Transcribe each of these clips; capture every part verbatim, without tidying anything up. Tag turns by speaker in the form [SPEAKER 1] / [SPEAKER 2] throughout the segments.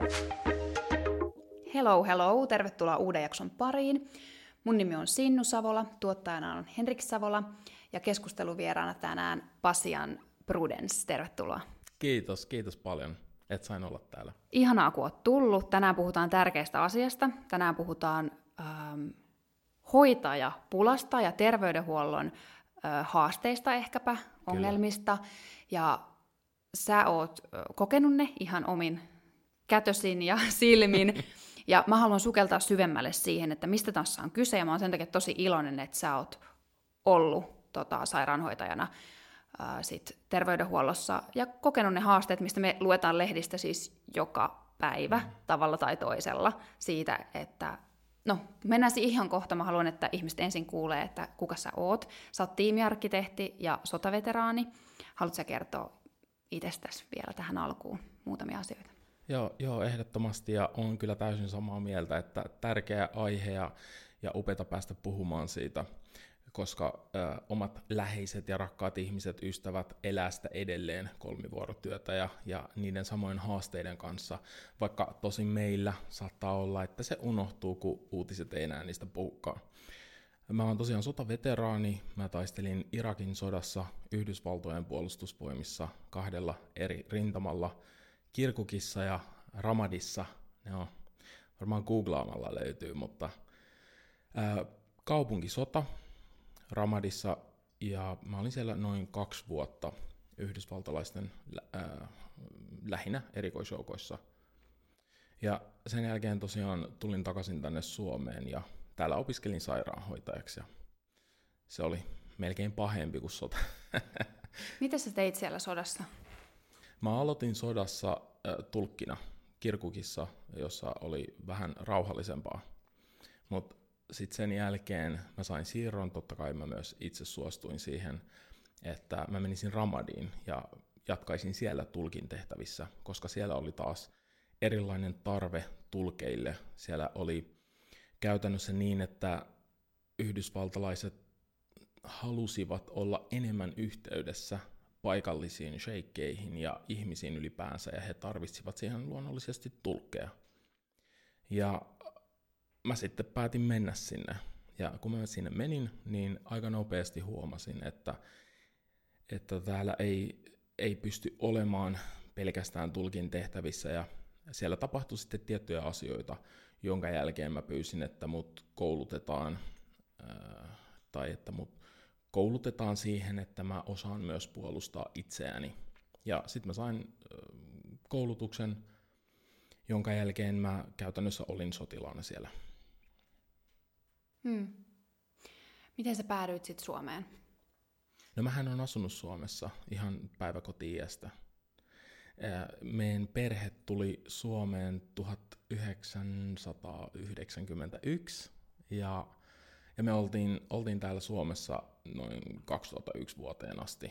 [SPEAKER 1] Hello, hello, tervetuloa uuden jakson pariin. Mun nimi on Sinnu Savola, tuottajana on Henrik Savola ja keskusteluvieraana tänään Pasian Prudence. Tervetuloa.
[SPEAKER 2] Kiitos, kiitos paljon, että sain olla täällä.
[SPEAKER 1] Ihanaa, kun oot tullut. Tänään puhutaan tärkeästä asiasta. Tänään puhutaan ähm, hoitajapulasta ja terveydenhuollon äh, haasteista ehkäpä, ongelmista. Kyllä. Ja sä oot äh, kokenut ne ihan omin kätösin ja silmin. Ja mä haluan sukeltaa syvemmälle siihen, että mistä tässä on kyse, ja mä oon sen takia tosi iloinen, että sä oot ollut tota, sairaanhoitajana ää, sit terveydenhuollossa ja kokenut ne haasteet, mistä me luetaan lehdistä siis joka päivä mm. tavalla tai toisella siitä, että no mennään ihan kohta, mä haluan, että ihmiset ensin kuulee, että kuka sä oot. Sä oot tiimiarkkitehti ja sotaveteraani. Haluatko sä kertoa itsestäsi vielä tähän alkuun muutamia asioita?
[SPEAKER 2] Joo, joo, ehdottomasti, ja olen kyllä täysin samaa mieltä, että tärkeä aihe ja, ja upeata päästä puhumaan siitä, koska ö, omat läheiset ja rakkaat ihmiset, ystävät elää sitä edelleen kolmivuorotyötä ja, ja niiden samojen haasteiden kanssa, vaikka tosin meillä saattaa olla, että se unohtuu, kun uutiset ei enää niistä puhukaan. Mä oon tosiaan sotaveteraani, mä taistelin Irakin sodassa Yhdysvaltojen puolustusvoimissa kahdella eri rintamalla, Kirkukissa ja Ramadissa, ne on varmaan googlaamalla löytyy, mutta ää, kaupunkisota Ramadissa, ja mä olin siellä noin kaksi vuotta yhdysvaltalaisten ää, lähinnä erikoisjoukoissa. Ja sen jälkeen tosiaan tulin takaisin tänne Suomeen ja täällä opiskelin sairaanhoitajaksi, ja se oli melkein pahempi kuin sota.
[SPEAKER 1] Mitä sä teit siellä sodassa?
[SPEAKER 2] Mä aloitin sodassa äh, tulkkina Kirkukissa, jossa oli vähän rauhallisempaa. Mutta sitten sen jälkeen mä sain siirron, totta kai mä myös itse suostuin siihen, että mä menisin Ramadiin ja jatkaisin siellä tulkin tehtävissä, koska siellä oli taas erilainen tarve tulkeille. Siellä oli käytännössä niin, että yhdysvaltalaiset halusivat olla enemmän yhteydessä paikallisiin sheikkeihin ja ihmisiin ylipäänsä, ja he tarvitsivat siihen luonnollisesti tulkkeja. Ja mä sitten päätin mennä sinne, ja kun mä sinne menin, niin aika nopeasti huomasin, että, että täällä ei, ei pysty olemaan pelkästään tulkin tehtävissä, ja siellä tapahtui sitten tiettyjä asioita, jonka jälkeen mä pyysin, että mut koulutetaan, ää, tai että mut koulutetaan siihen, että mä osaan myös puolustaa itseäni. Ja sitten mä sain koulutuksen, jonka jälkeen mä käytännössä olin sotilaana siellä.
[SPEAKER 1] Hmm. Miten sä päädyit sitten Suomeen?
[SPEAKER 2] No mähän on asunut Suomessa ihan päiväkoti-iästä. Meidän perhe tuli Suomeen tuhatyhdeksänsataayhdeksänkymmentäyksi ja Ja me oltiin, oltiin täällä Suomessa noin kaksituhattayksi vuoteen asti.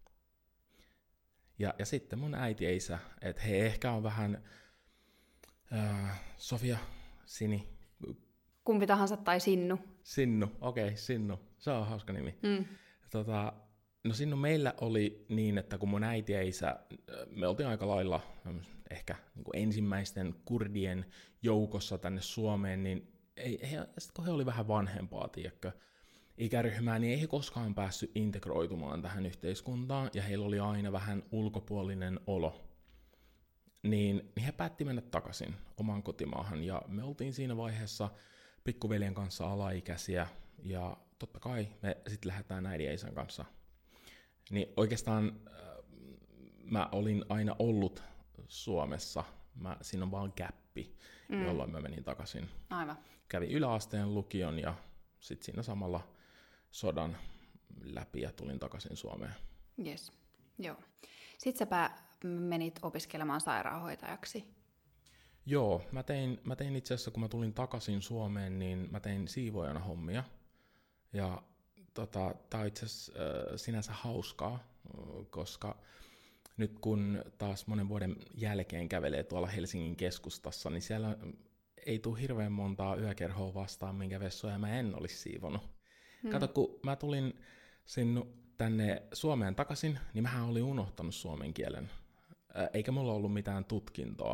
[SPEAKER 2] Ja, ja sitten mun äiti ja isä, että he ehkä on vähän äh, Sofia, Sini.
[SPEAKER 1] Kumpi tahansa tai Sinnu.
[SPEAKER 2] Sinnu, okei, okay, Sinnu. Se on hauska nimi.
[SPEAKER 1] Mm.
[SPEAKER 2] Tota, no Sinnu meillä oli niin, että kun mun äiti ja isä, me oltiin aika lailla ehkä niin kuin ensimmäisten kurdien joukossa tänne Suomeen, niin Ei, he, sit kun he oli vähän vanhempaa, tiedätkö, ikäryhmää, niin ei he koskaan päässyt integroitumaan tähän yhteiskuntaan, ja heillä oli aina vähän ulkopuolinen olo. Niin, niin he päätti mennä takaisin omaan kotimaahan, ja me oltiin siinä vaiheessa pikkuveljen kanssa alaikäisiä, ja totta kai me sitten lähdetään äidin ja isän kanssa. Niin oikeastaan äh, mä olin aina ollut Suomessa, mä, siinä on vaan gäppi, mm. jolloin mä menin takaisin.
[SPEAKER 1] Aivan.
[SPEAKER 2] Kävin yläasteen lukion ja sitten siinä samalla sodan läpi ja tulin takaisin Suomeen.
[SPEAKER 1] Yes, joo. Sitten sä menit opiskelemaan sairaanhoitajaksi.
[SPEAKER 2] Joo, mä tein, mä tein itse asiassa, kun mä tulin takaisin Suomeen, niin mä tein siivoojana hommia. Ja tota, tää on itse asiassa äh, sinänsä hauskaa, koska nyt kun taas monen vuoden jälkeen kävelee tuolla Helsingin keskustassa, niin siellä ei tule hirveän montaa yökerhoa vastaan, minkä vessoja mä en olisi siivonut. Hmm. Kato, kun mä tulin sinne tänne Suomeen takaisin, niin mähän olin unohtanut suomen kielen. Eikä mulla ollut mitään tutkintoa.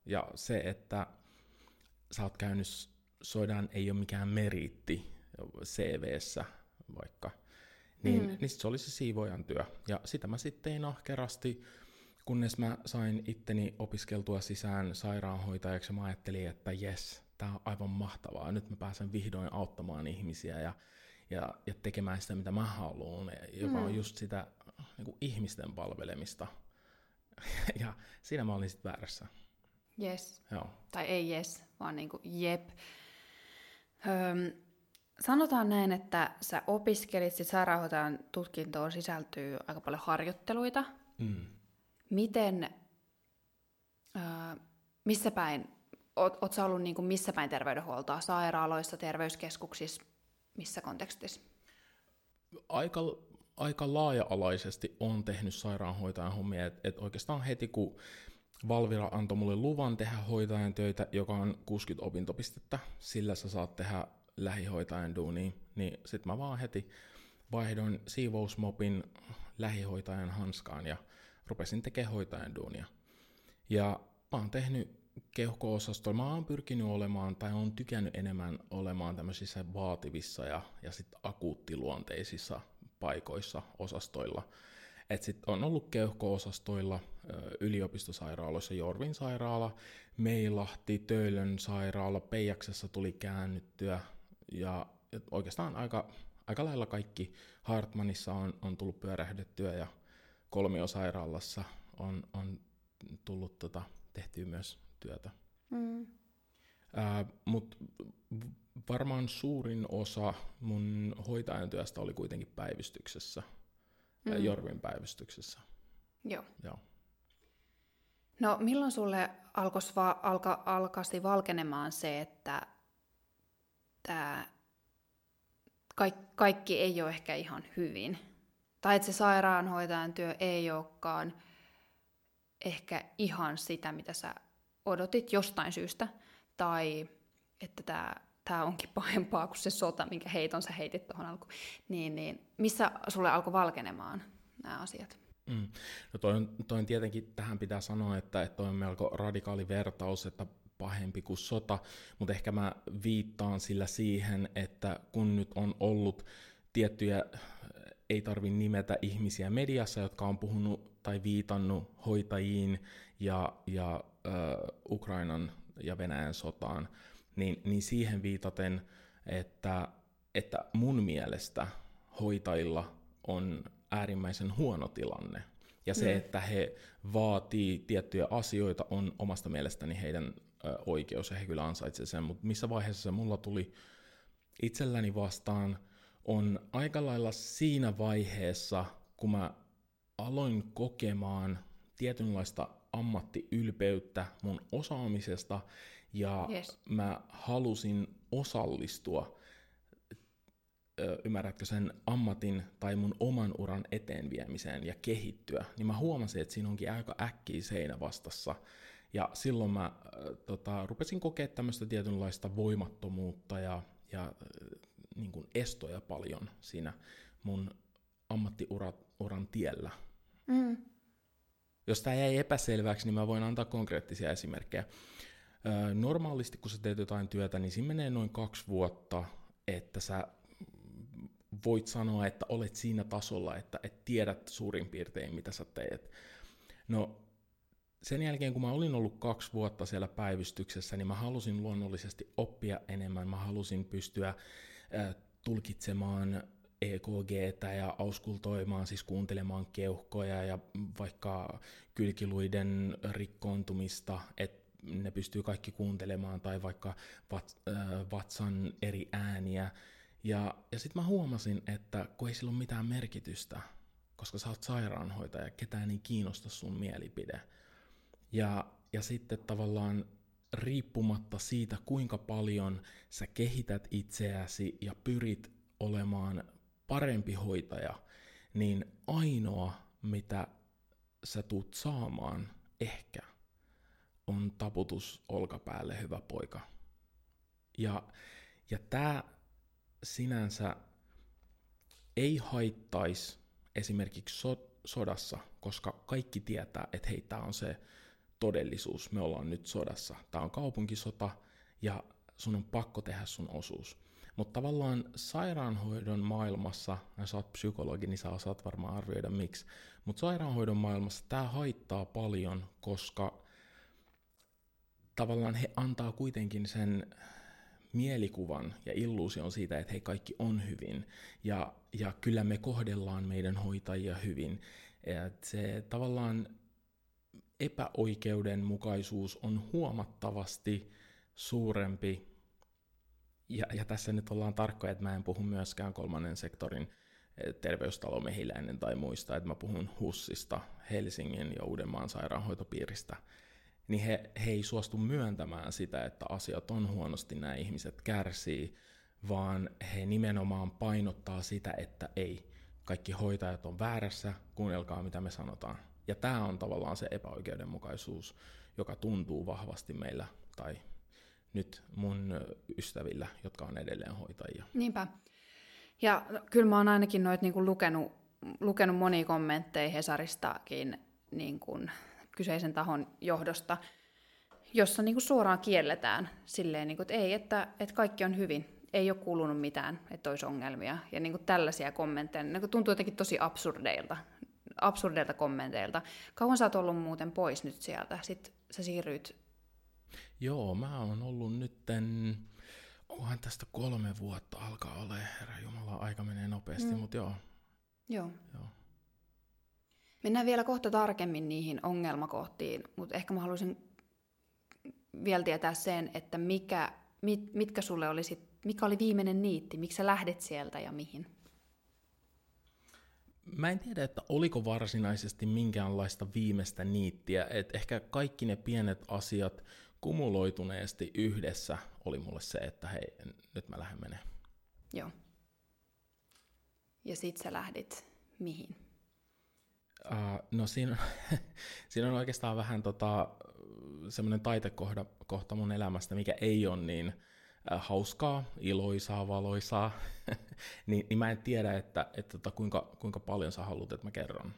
[SPEAKER 2] Ja se, että sä oot käynyt sodan, ei ole mikään meriitti C V:ssä vaikka, niin, mm. niin se oli se siivoojan työ. Ja sitä mä sitten tein ahkerasti, kunnes mä sain itteni opiskeltua sisään sairaanhoitajaksi, ja mä ajattelin, että jes, tää on aivan mahtavaa, nyt mä pääsen vihdoin auttamaan ihmisiä ja, ja, ja tekemään sitä, mitä mä haluan, joka mm. on just sitä niin kuin ihmisten palvelemista. Ja siinä mä olin sitten väärässä.
[SPEAKER 1] Yes.
[SPEAKER 2] Joo.
[SPEAKER 1] Tai ei yes, vaan niinku jep. Öm, sanotaan näin, että sä opiskelit, sit sairaanhoitajan tutkintoon sisältyy aika paljon harjoitteluita.
[SPEAKER 2] Mm.
[SPEAKER 1] Miten, ö, missä päin, oot, oot sä ollut niinku missä päin terveydenhuoltoa, sairaaloissa, terveyskeskuksissa, missä kontekstissa?
[SPEAKER 2] Aika, aika laaja-alaisesti olen tehnyt sairaanhoitajan hommia, että et oikeastaan heti kun Valvira antoi mulle luvan tehdä hoitajan töitä, joka on kuusikymmentä opintopistettä, sillä sä saat tehdä lähihoitajan duunia, niin sit mä vaan heti vaihdoin siivousmopin lähihoitajan hanskaan ja rupesin tekemään hoitajan duunia. Ja mä oon tehnyt keuhko-osastoilla, mä oon pyrkinyt olemaan tai oon tykännyt enemmän olemaan tämmöisissä vaativissa ja, ja sit akuuttiluonteisissa paikoissa, osastoilla. Et sit on ollut keuhko-osastoilla, yliopistosairaaloissa, Jorvin sairaala, Meilahti, Töölön sairaala, Peijaksessa tuli käännyttyä ja oikeastaan aika, aika lailla kaikki. Hartmanissa on, on tullut pyörähdettyä ja Kolmiosairaalassa on, on tullut tota, tehtyä myös työtä. Mm. Ää, mut varmaan suurin osa mun hoitajan työstä oli kuitenkin päivystyksessä. Mm. Jorvin päivystyksessä.
[SPEAKER 1] Joo.
[SPEAKER 2] Joo.
[SPEAKER 1] No milloin sulle alkos va- alka- alkasi valkenemaan se, että tää kaik- kaikki ei ole ehkä ihan hyvin? Tai että se sairaanhoitajan työ ei olekaan ehkä ihan sitä, mitä sä odotit jostain syystä. Tai että tää tämä onkin pahempaa kuin se sota, minkä heiton sä heitit tuohon alkuun, niin, niin missä sulle alkoi valkenemaan nämä asiat?
[SPEAKER 2] Mm. No toi on, toi on tietenkin, tähän pitää sanoa, että toi on melko radikaali vertaus, että pahempi kuin sota, mutta ehkä mä viittaan sillä siihen, että kun nyt on ollut tiettyjä, ei tarvi nimetä ihmisiä mediassa, jotka on puhunut tai viitannut hoitajiin ja, ja äh, Ukrainan ja Venäjän sotaan, Niin, niin siihen viitaten, että, että mun mielestä hoitajilla on äärimmäisen huono tilanne. Ja se, mm. että he vaatii tiettyjä asioita, on omasta mielestäni heidän ö, oikeus, ja he kyllä ansaitsee sen. Mutta missä vaiheessa se mulla tuli itselläni vastaan, on aika lailla siinä vaiheessa, kun mä aloin kokemaan tietynlaista ammattiylpeyttä mun osaamisesta, ja yes. mä halusin osallistua, ymmärrätkö, sen ammatin tai mun oman uran eteenviemiseen ja kehittyä, niin mä huomasin, että siinä onkin aika äkkiä seinä vastassa. Ja silloin mä äh, tota, rupesin kokea tämmöistä tietynlaista voimattomuutta ja, ja äh, niin kuin estoja paljon siinä mun ammattiuran tiellä. Mm. Jos tämä jäi epäselväksi, niin mä voin antaa konkreettisia esimerkkejä. Normaalisti, kun sä teet jotain työtä, niin siinä menee noin kaksi vuotta, että sä voit sanoa, että olet siinä tasolla, että et tiedät suurin piirtein, mitä sä teet. No, sen jälkeen, kun mä olin ollut kaksi vuotta siellä päivystyksessä, niin mä halusin luonnollisesti oppia enemmän. Mä halusin pystyä äh, tulkitsemaan E K G:tä ja auskultoimaan, siis kuuntelemaan keuhkoja ja vaikka kylkiluiden rikkoontumista, että ne pystyy kaikki kuuntelemaan, tai vaikka vatsan eri ääniä. Ja, ja sitten mä huomasin, että kun ei sillä ole mitään merkitystä, koska sä oot sairaanhoitaja, ketään ei kiinnosta sun mielipide. Ja, ja sitten tavallaan riippumatta siitä, kuinka paljon sä kehität itseäsi ja pyrit olemaan parempi hoitaja, niin ainoa, mitä sä tuut saamaan ehkä, on taputus olkapäälle, hyvä poika. Ja, ja tämä sinänsä ei haittaisi esimerkiksi so, sodassa, koska kaikki tietää, että hei, tämä on se todellisuus. Me ollaan nyt sodassa. Tämä on kaupunkisota ja sun on pakko tehdä sun osuus. Mutta tavallaan sairaanhoidon maailmassa, ja sä oot psykologi, niin sä osaat varmaan arvioida miksi, mutta sairaanhoidon maailmassa tämä haittaa paljon, koska tavallaan he antaa kuitenkin sen mielikuvan ja illuusion siitä, että hei, kaikki on hyvin, ja, ja kyllä me kohdellaan meidän hoitajia hyvin. Et se tavallaan epäoikeudenmukaisuus on huomattavasti suurempi. Ja, ja tässä nyt ollaan tarkkoja, että mä en puhu myöskään kolmannen sektorin terveystalomehiläinen tai muista, että mä puhun HUSista, Helsingin ja Uudenmaan sairaanhoitopiiristä, niin he, he ei suostu myöntämään sitä, että asiat on huonosti, nämä ihmiset kärsii, vaan he nimenomaan painottaa sitä, että ei, kaikki hoitajat on väärässä, kuunnelkaa mitä me sanotaan. Ja tämä on tavallaan se epäoikeudenmukaisuus, joka tuntuu vahvasti meillä, tai nyt mun ystävillä, jotka on edelleen hoitajia.
[SPEAKER 1] Niinpä. Ja kyllä mä oon ainakin noit niinku lukenut, lukenut monia kommentteja Hesaristakin niinku kyseisen tahon johdosta, jossa niinku suoraan kielletään silleen, niinku, että ei, että, että kaikki on hyvin, ei ole kuulunut mitään, että olisi ongelmia. Ja niinku tällaisia kommentteja, niinku tuntuu jotenkin tosi absurdeilta, absurdeilta kommenteilta. Kauan sä oot ollut muuten pois nyt sieltä? Sitten sä siirryit.
[SPEAKER 2] Joo, mä oon ollut nytten, onhan tästä kolme vuotta alkaa olla, herra jumala, aika menee nopeasti, mm. mutta joo.
[SPEAKER 1] Joo.
[SPEAKER 2] joo.
[SPEAKER 1] Mennään vielä kohta tarkemmin niihin ongelmakohtiin, mutta ehkä mä haluaisin vielä tietää sen, että mikä, mit, mitkä sulle oli sit, mikä oli viimeinen niitti, miksi sä lähdet sieltä ja mihin?
[SPEAKER 2] Mä en tiedä, että oliko varsinaisesti minkäänlaista viimeistä niittiä, että ehkä kaikki ne pienet asiat kumuloituneesti yhdessä oli mulle se, että hei, nyt mä lähden menee.
[SPEAKER 1] Joo. Ja sit sä lähdit mihin?
[SPEAKER 2] Uh, no siinä, siinä on oikeastaan vähän tota, semmoinen taitekohta kohta mun elämästä, mikä ei ole niin uh, hauskaa, iloisaa, valoisaa, niin, niin mä en tiedä, että, että tota, kuinka, kuinka paljon sä haluat, että mä kerron.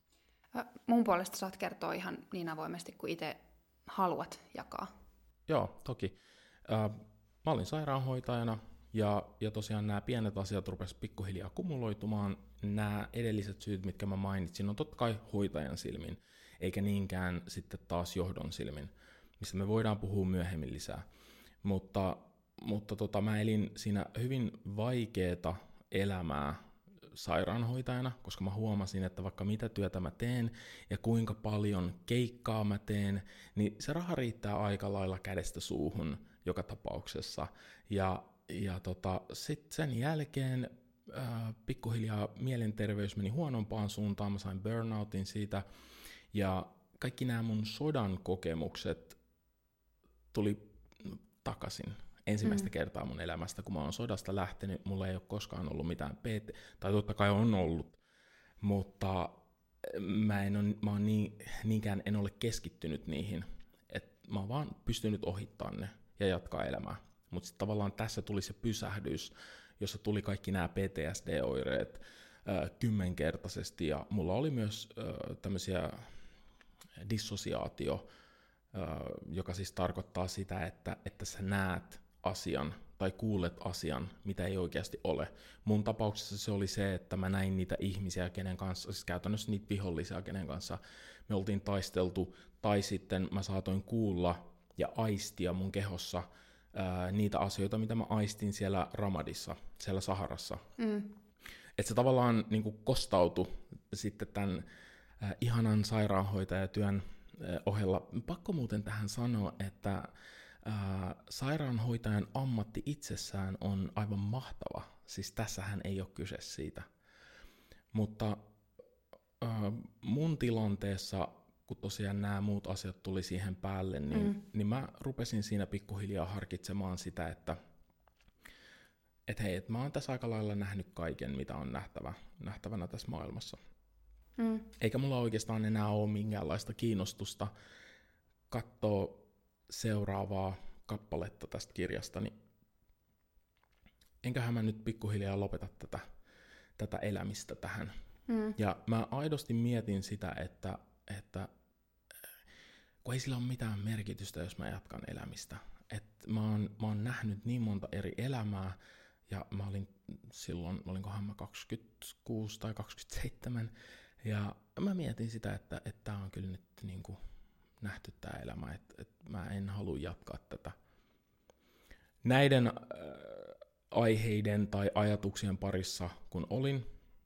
[SPEAKER 1] Mun puolesta saat kertoa ihan niin avoimesti, kuin itse haluat jakaa.
[SPEAKER 2] Joo, toki. Uh, mä olin sairaanhoitajana, ja, ja tosiaan nämä pienet asiat rupesivat pikkuhiljaa kumuloitumaan. Nämä edelliset syyt, mitkä mä mainitsin, on totta kai hoitajan silmin, eikä niinkään sitten taas johdon silmin, mistä me voidaan puhua myöhemmin lisää. Mutta, mutta tota, mä elin siinä hyvin vaikeata elämää sairaanhoitajana, koska mä huomasin, että vaikka mitä työtä mä teen ja kuinka paljon keikkaa mä teen, niin se raha riittää aika lailla kädestä suuhun joka tapauksessa. Ja, ja tota, sitten sen jälkeen äh, pikkuhiljaa mielenterveys meni huonompaan suuntaan, mä sain burnoutin siitä, ja kaikki nämä mun sodan kokemukset tuli takaisin. Ensimmäistä mm. kertaa mun elämästä, kun mä oon sodasta lähtenyt, mulla ei ole koskaan ollut mitään P T, tai totta kai on ollut, mutta mä en, ole, mä oon niin, niinkään en ole keskittynyt niihin, että mä oon vaan pystynyt ohittamaan ne ja jatkaa elämää. Mutta sitten tavallaan tässä tuli se pysähdys, jossa tuli kaikki nämä P T S D-oireet äh, kymmenkertaisesti, ja mulla oli myös äh, tämmöisiä dissosiaatio, äh, joka siis tarkoittaa sitä, että, että sä näet asian tai kuulet asian, mitä ei oikeasti ole. Mun tapauksessa se oli se, että mä näin niitä ihmisiä, kenen kanssa, siis käytännössä niitä vihollisia, kenen kanssa me oltiin taisteltu, tai sitten mä saatoin kuulla ja aistia mun kehossa ää, niitä asioita, mitä mä aistin siellä Ramadissa, siellä Saharassa. Mm. Että se tavallaan niin kuin kostautui sitten tämän ää, ihanan sairaanhoitajatyön ää, ohella. Pakko muuten tähän sanoa, että ää, sairaanhoitajan ammatti itsessään on aivan mahtava. Siis tässähän ei ole kyse siitä. Mutta ää, mun tilanteessa, kun tosiaan nämä muut asiat tuli siihen päälle, niin, mm. niin mä rupesin siinä pikkuhiljaa harkitsemaan sitä, että et hei, et mä oon tässä aika lailla nähnyt kaiken, mitä on nähtävä, nähtävänä tässä maailmassa. Mm. Eikä mulla oikeastaan enää ole minkäänlaista kiinnostusta katsoa seuraavaa kappaletta tästä kirjasta, niin enköhän mä nyt pikkuhiljaa lopeta tätä, tätä elämistä tähän. Mm. Ja mä aidosti mietin sitä, että, että kun ei sillä ole mitään merkitystä, jos mä jatkan elämistä. Et mä, oon, mä oon nähnyt niin monta eri elämää, ja mä olin silloin, olinkohan mä kaksikymmentäkuusi tai kaksikymmentäseitsemän, ja mä mietin sitä, että tämä on kyllä nyt niin kuin nähty tämä elämä, että et mä en halua jatkaa tätä. Näiden äh, aiheiden tai ajatuksien parissa, kun olin,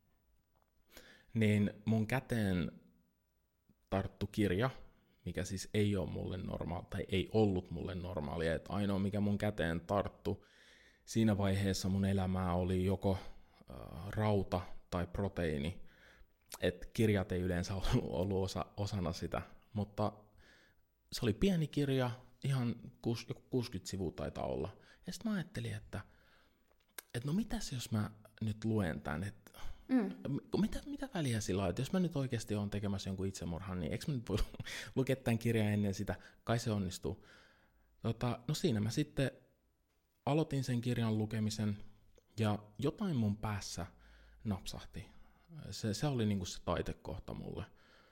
[SPEAKER 2] niin mun käteen tarttu kirja, mikä siis ei ole mulle normaali, tai ei ollut mulle normaalia, että ainoa mikä mun käteen tarttu siinä vaiheessa mun elämää oli joko äh, rauta tai proteiini, että kirjat ei yleensä ollut, ollut osa, osana sitä, mutta se oli pieni kirja, ihan kuus, joku kuusikymmentä sivua taitaa olla, ja sitten mä ajattelin, että et no mitäs jos mä nyt luen tän, että mm. mitä, mitä väliä sillä on, että jos mä nyt oikeasti oon tekemässä jonkun itsemurhan, niin eikö mä nyt voi lukea tämän kirjan ennen sitä, kai se onnistuu. Tota, no siinä mä sitten aloitin sen kirjan lukemisen, ja jotain mun päässä napsahti. Se, se oli niinku se taitekohta mulle.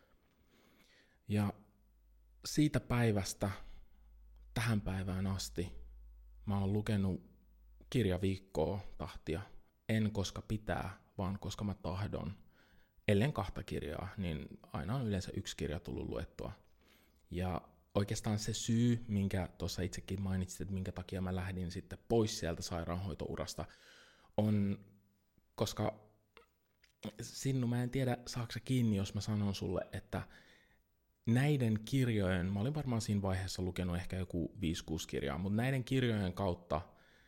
[SPEAKER 2] Ja siitä päivästä tähän päivään asti mä oon lukenut kirjaviikkoa tahtia. En koska pitää, vaan koska mä tahdon. Ellen kahta kirjaa, niin aina on yleensä yksi kirja tullut luettua. Ja oikeastaan se syy, minkä tuossa itsekin mainitsit, että minkä takia mä lähdin sitten pois sieltä sairaanhoitourasta, on, koska Sinnu, mä en tiedä, saako sä kiinni, jos mä sanon sulle, että näiden kirjojen, mä olin varmaan siinä vaiheessa lukenut ehkä joku viisi kuusi kirjaa, mutta näiden kirjojen kautta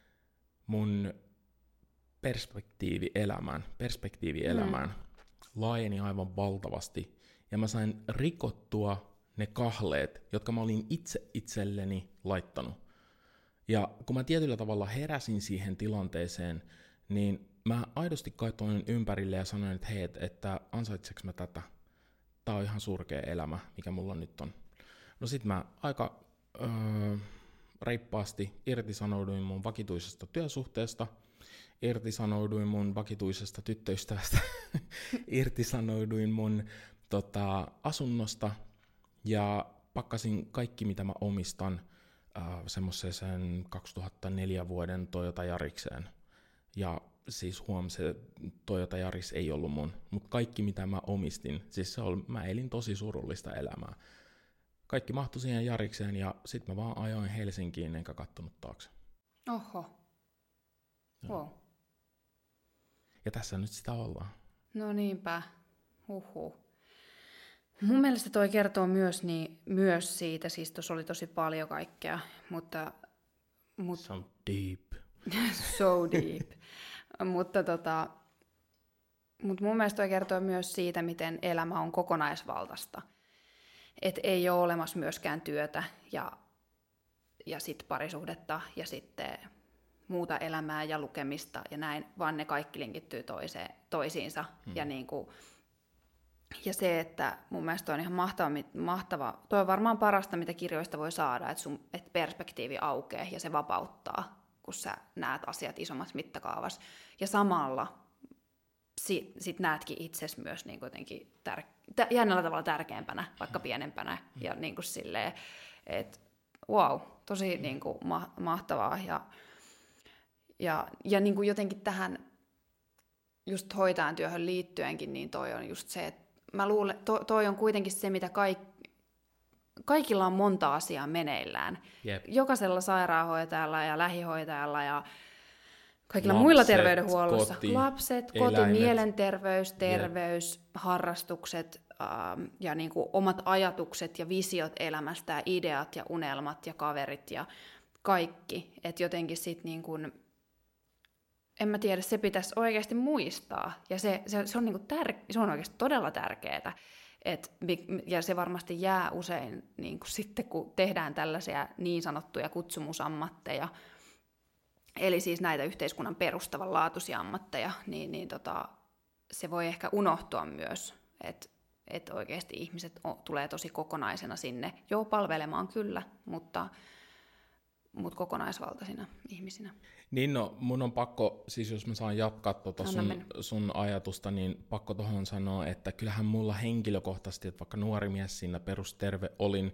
[SPEAKER 2] mun perspektiivi elämään, perspektiivi elämään mm. laajeni aivan valtavasti, ja mä sain rikottua ne kahleet, jotka mä olin itse itselleni laittanut. Ja kun mä tietyllä tavalla heräsin siihen tilanteeseen, niin mä aidosti katsoin ympärille ja sanoin, että hei, että ansaitseks mä tätä? Tää on ihan surkea elämä, mikä mulla nyt on. No sit mä aika öö, reippaasti irtisanouduin mun vakituisesta työsuhteesta, irtisanouduin mun vakituisesta tyttöystävästä, irtisanouduin mun tota, asunnosta ja pakkasin kaikki, mitä mä omistan, äh, semmoiseen kaksituhattaneljä vuoden Toyota Yarikseen. Ja siis huom, se Toyota Yaris ei ollut mun, mutta kaikki mitä mä omistin, siis se oli, mä elin tosi surullista elämää. Kaikki mahtui siihen Yarikseen ja sit mä vaan ajoin Helsinkiin enkä kattonut taakse.
[SPEAKER 1] Oho. Wow.
[SPEAKER 2] Ja tässä nyt sitä ollaan.
[SPEAKER 1] No niinpä. Huhhuh. Mun mielestä toi kertoo myös, niin, myös siitä, siis tuossa oli tosi paljon kaikkea, mutta... Mut,
[SPEAKER 2] so deep.
[SPEAKER 1] so deep. mutta tota, mut mun mielestä toi kertoo myös siitä, miten elämä on kokonaisvaltaista. Että ei ole olemassa myöskään työtä ja, ja sitten parisuhdetta ja sitten muuta elämää ja lukemista ja näin, vaan ne kaikki linkittyy toiseen, toisiinsa. Hmm. Ja, niin kuin, ja se, että mun mielestä on ihan mahtava, mahtava, toi on varmaan parasta, mitä kirjoista voi saada, että sun että perspektiivi aukeaa ja se vapauttaa, kun sä näet asiat isommassa mittakaavassa. Ja samalla sit, sit näetkin itsesi myös niin jotenkin tär, tä, jännällä tavalla tärkeämpänä, vaikka pienempänä. Hmm. Ja niin kuin silleen, että wow, tosi niin kuin ma- mahtavaa. Ja Ja, ja niin kuin jotenkin tähän just hoitajan työhön liittyenkin, niin toi on just se, että mä luulen, to, toi on kuitenkin se, mitä kaik, kaikilla on monta asiaa meneillään. Jep. Jokaisella sairaanhoitajalla ja lähihoitajalla ja kaikilla lapset, muilla terveydenhuollossa. Koti, lapset, koti, eläimet. Mielenterveys, terveys, Jep. harrastukset ähm, ja niin kuin omat ajatukset ja visiot elämästä ja ideat ja unelmat ja kaverit ja kaikki. Että jotenkin sitten niin kuin en mä tiedä, se pitäisi oikeasti muistaa. Ja se, se, se, on, niinku tär- se on oikeasti todella tärkeää. Et, ja se varmasti jää usein niinku sitten, kun tehdään tällaisia niin sanottuja kutsumusammatteja, eli siis näitä yhteiskunnan perustavanlaatuisia ammatteja, niin, niin tota, se voi ehkä unohtua myös, että et oikeasti ihmiset o, tulee tosi kokonaisena sinne. Joo, palvelemaan kyllä, mutta... mutta kokonaisvaltaisina ihmisinä.
[SPEAKER 2] Niin no, mun on pakko, siis jos mä saan jatkaa tuota sun, sun ajatusta, niin pakko tohon sanoa, että kyllähän mulla henkilökohtaisesti, että vaikka nuori mies siinä perusterve olin,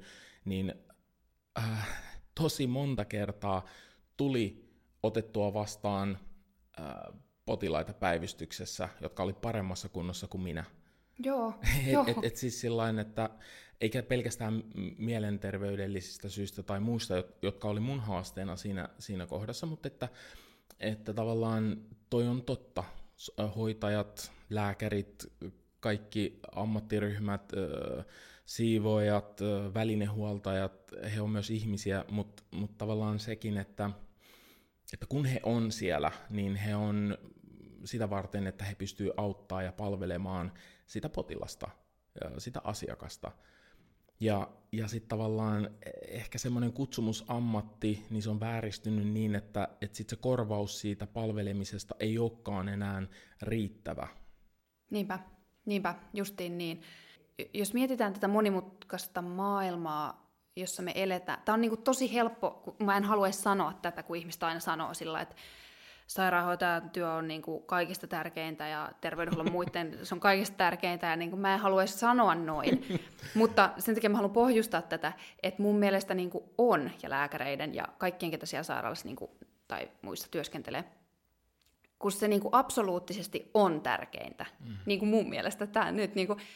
[SPEAKER 2] niin äh, tosi monta kertaa tuli otettua vastaan äh, potilaita päivystyksessä, jotka oli paremmassa kunnossa kuin minä.
[SPEAKER 1] Joo,
[SPEAKER 2] et,
[SPEAKER 1] joo.
[SPEAKER 2] et, et siis sillain, että eikä pelkästään mielenterveydellisistä syistä tai muista, jotka oli mun haasteena siinä, siinä kohdassa, mutta että, että tavallaan toi on totta. Hoitajat, lääkärit, kaikki ammattiryhmät, siivoojat, välinehuoltajat, he on myös ihmisiä, mutta mut tavallaan sekin, että, että kun he on siellä, niin he on sitä varten, että he pystyvät auttamaan ja palvelemaan sitä potilasta, sitä asiakasta. Ja, ja sitten tavallaan ehkä semmoinen kutsumusammatti, niin se on vääristynyt niin, että, että sit se korvaus siitä palvelemisesta ei olekaan enää riittävä.
[SPEAKER 1] Niinpä, niinpä, justiin niin. Jos mietitään tätä monimutkaista maailmaa, jossa me eletään, tämä on niin kuin tosi helppo, kun mä en haluaisi sanoa tätä, kun ihmistä aina sanoo sillä, että sairaanhoitajan työ on niin kuin kaikista tärkeintä ja terveydenhuollon muiden se on kaikista tärkeintä ja niin kuin mä en haluaisi sanoa noin, mutta sen takia mä haluan pohjustaa tätä, että mun mielestä niin kuin on ja lääkäreiden ja kaikkien, ketä siellä sairaalassa niin kuin, tai muissa työskentelee, kun se niin kuin absoluuttisesti on tärkeintä, mm. niin kuin mun mielestä tämä nyt niin kuin,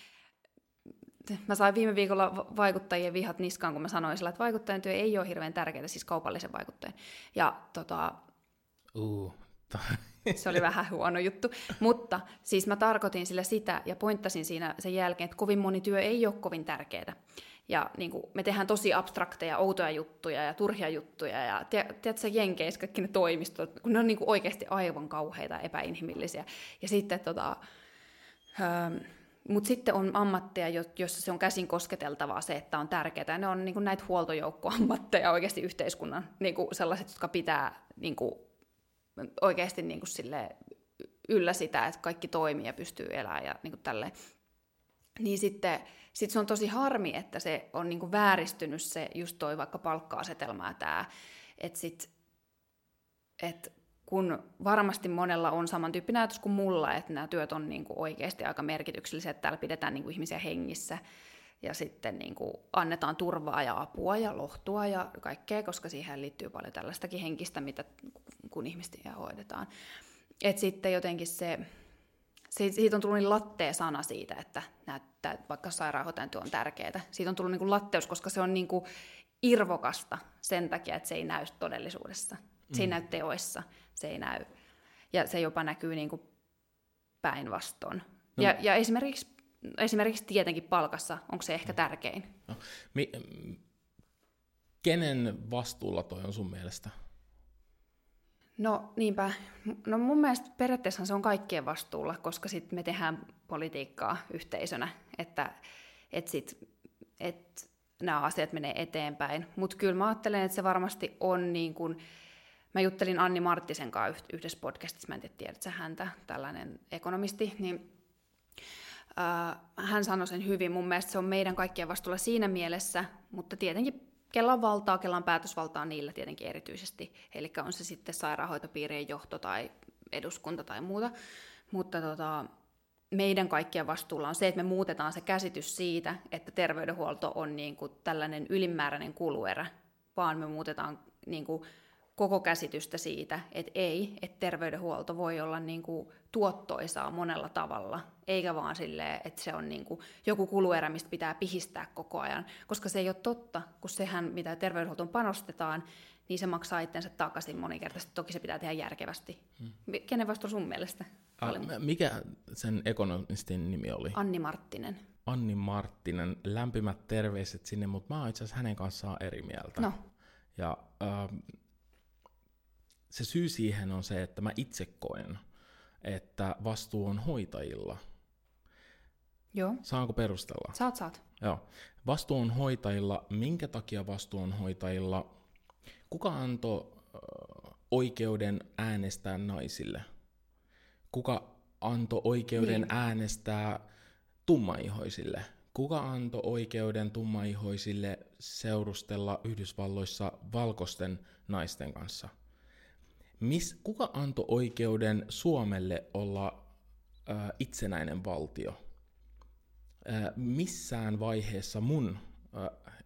[SPEAKER 1] mä sain viime viikolla vaikuttajien vihat niskaan, kun mä sanoin sillä, että vaikuttajan työ ei ole hirveän tärkeää, siis kaupallisen vaikuttajan. Ja tota,
[SPEAKER 2] uh.
[SPEAKER 1] se oli vähän huono juttu, mutta siis mä tarkoitin sillä sitä ja pointtasin siinä sen jälkeen, että kovin moni työ ei ole kovin tärkeää. Ja niin kuin, me tehdään tosi abstrakteja, outoja juttuja ja turhia juttuja ja tiedätkö jenkeissä kaikki ne toimistot, kun ne on niin kuin oikeasti aivan kauheita ja epäinhimillisiä. Ja sitten tota, ähm, mutta sitten on ammatteja, joissa se on käsin kosketeltavaa se, että on tärkeää. Ne on niin kuin näitä huoltojoukkoammatteja oikeasti yhteiskunnan, niin kuin sellaiset, jotka pitää niin kuin, oikeasti niin kuin sille yllä sitä, että kaikki toimii ja pystyy elämään ja niin kuin tälleen. Niin sitten sit se on tosi harmi, että se on niin kuin vääristynyt se just toi vaikka palkka-asetelma ja tämä, että sit, et kun varmasti monella on samantyyppinen ajatus kuin mulla, että nämä työt on niin kuin oikeasti aika merkityksellisiä, että täällä pidetään niin kuin ihmisiä hengissä ja sitten niin kuin annetaan turvaa ja apua ja lohtua ja kaikkea, koska siihen liittyy paljon tällaistakin henkistä, mitä kun ihmisiä hoidetaan. Et sitten jotenkin se, se, siitä on tullut niin lattea sana siitä, että näyttää, vaikka sairaanhoitajan työ on tärkeää. Siitä on tullut niin kuin latteus, koska se on niin kuin irvokasta sen takia, että se ei näy todellisuudessa. Se ei mm. näy teoissa, se ei näy, ja se jopa näkyy niin kuin päinvastoin. No. Ja, ja esimerkiksi, esimerkiksi tietenkin palkassa, onko se ehkä tärkein?
[SPEAKER 2] No. Mi- kenen vastuulla toi on sun mielestä?
[SPEAKER 1] No niinpä. No mun mielestä periaatteessa se on kaikkien vastuulla, koska sit me tehdään politiikkaa yhteisönä, että et sit, et nämä asiat menee eteenpäin. Mutta kyllä mä ajattelen, että se varmasti on niin kuin, mä juttelin Anni Marttisen kanssa yhdessä podcastissa, mä en tiedä, tiedätkö häntä, tällainen ekonomisti, niin äh, hän sanoi sen hyvin. Mun mielestä se on meidän kaikkien vastuulla siinä mielessä, mutta tietenkin kella on valtaa, kella on päätösvaltaa niillä tietenkin erityisesti, eli on se sitten sairaanhoitopiirien johto tai eduskunta tai muuta, mutta tota, meidän kaikkien vastuulla on se, että me muutetaan se käsitys siitä, että terveydenhuolto on niin kuin tällainen ylimääräinen kuluerä, vaan me muutetaan niin kuin koko käsitystä siitä, että ei, että terveydenhuolto voi olla niin kuin tuottoisaa monella tavalla, eikä vaan silleen, että se on niin kuin joku kuluerä, mistä pitää pihistää koko ajan, koska se ei ole totta, kun sehän, mitä terveydenhuoltoon panostetaan, niin se maksaa itsensä takaisin moninkertaisesti. Toki se pitää tehdä järkevästi. Hmm. Kenen vastuu sun mielestä?
[SPEAKER 2] Ah, mikä sen ekonomistin nimi oli?
[SPEAKER 1] Anni Marttinen.
[SPEAKER 2] Anni Marttinen. Lämpimät terveiset sinne, mutta mä oon itse asiassa hänen kanssaan eri mieltä.
[SPEAKER 1] No.
[SPEAKER 2] Ja äh, se syy siihen on se, että mä itse koen, että vastuu on hoitajilla.
[SPEAKER 1] Joo.
[SPEAKER 2] Saanko perustella?
[SPEAKER 1] Saat, saat.
[SPEAKER 2] Joo. Vastuu on hoitajilla. Minkä takia vastuu on hoitajilla? Kuka antoi äh, oikeuden äänestää naisille? Kuka antoi oikeuden niin. äänestää tummaihoisille? Kuka antoi oikeuden tummaihoisille seurustella Yhdysvalloissa valkoisten naisten kanssa? Mis, kuka antoi oikeuden Suomelle olla äh, itsenäinen valtio? Äh, missään vaiheessa mun äh,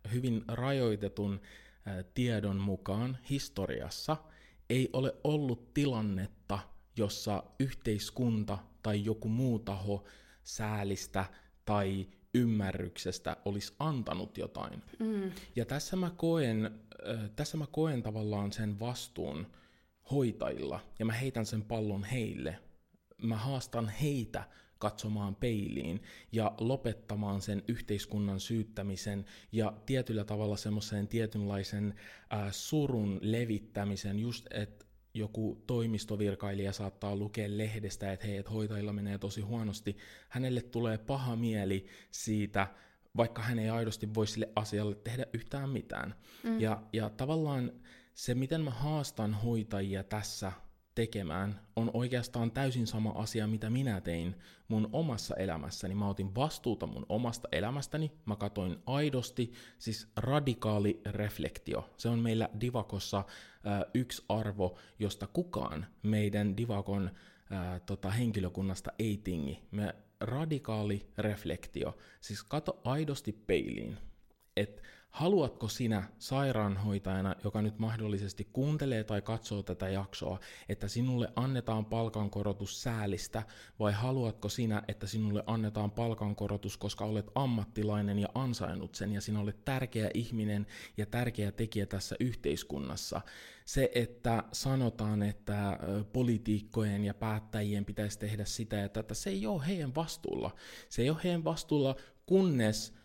[SPEAKER 2] hyvin rajoitetun tiedon mukaan historiassa ei ole ollut tilannetta, jossa yhteiskunta tai joku muu taho säälistä tai ymmärryksestä olisi antanut jotain. Mm. Ja tässä mä, koen, äh, tässä mä koen tavallaan sen vastuun hoitajilla, ja mä heitän sen pallon heille. Mä haastan heitä katsomaan peiliin ja lopettamaan sen yhteiskunnan syyttämisen ja tietyllä tavalla semmoisen tietynlaisen äh, surun levittämisen, just että joku toimistovirkailija saattaa lukea lehdestä, että hei, et hoitajilla menee tosi huonosti. Hänelle tulee paha mieli siitä, vaikka hän ei aidosti voi sille asialle tehdä yhtään mitään. Mm. Ja, ja tavallaan se, miten mä haastan hoitajia tässä tekemään, on oikeastaan täysin sama asia, mitä minä tein mun omassa elämässäni. Mä otin vastuuta mun omasta elämästäni, mä katoin aidosti, siis radikaali reflektio. Se on meillä Divakossa äh, yksi arvo, josta kukaan meidän Divakon äh, tota, henkilökunnasta ei tingi. Me radikaali reflektio, siis kato aidosti peiliin, että haluatko sinä sairaanhoitajana, joka nyt mahdollisesti kuuntelee tai katsoo tätä jaksoa, että sinulle annetaan palkankorotus säälistä, vai haluatko sinä, että sinulle annetaan palkankorotus, koska olet ammattilainen ja ansainnut sen, ja sinä olet tärkeä ihminen ja tärkeä tekijä tässä yhteiskunnassa. Se, että sanotaan, että poliitikkojen ja päättäjien pitäisi tehdä sitä, että se ei ole heidän vastuulla. Se ei ole heidän vastuulla, kunnes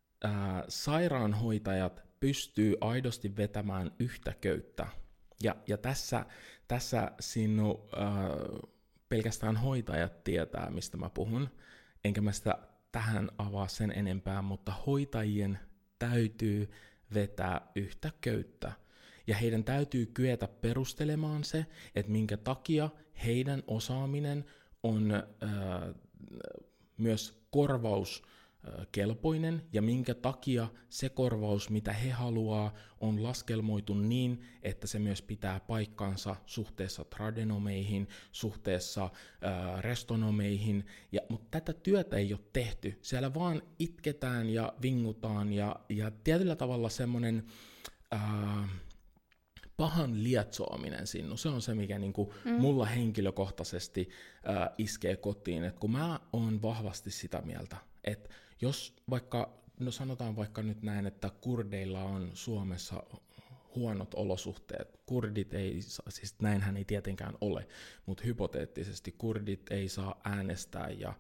[SPEAKER 2] Ää, sairaanhoitajat pystyy aidosti vetämään yhtä köyttä. Ja, ja tässä, tässä sinu, ää, pelkästään hoitajat tietää, mistä mä puhun. Enkä mä sitä tähän avaa sen enempää, mutta hoitajien täytyy vetää yhtä köyttä. Ja heidän täytyy kyetä perustelemaan se, että minkä takia heidän osaaminen on ää, myös korvaus kelpoinen, ja minkä takia se korvaus, mitä he haluaa, on laskelmoitu niin, että se myös pitää paikkansa suhteessa tradenomeihin, suhteessa ää, restonomeihin, ja, mutta tätä työtä ei ole tehty. Siellä vaan itketään ja vingutaan, ja, ja tietyllä tavalla semmoinen ää, pahan lietsoaminen sinun, se on se, mikä niinku mm. mulla henkilökohtaisesti ää, iskee kotiin, että kun mä oon vahvasti sitä mieltä, että jos vaikka, no sanotaan vaikka nyt näin, että kurdeilla on Suomessa huonot olosuhteet, kurdit ei, siis näinhän ei tietenkään ole, mutta hypoteettisesti kurdit ei saa äänestää ja,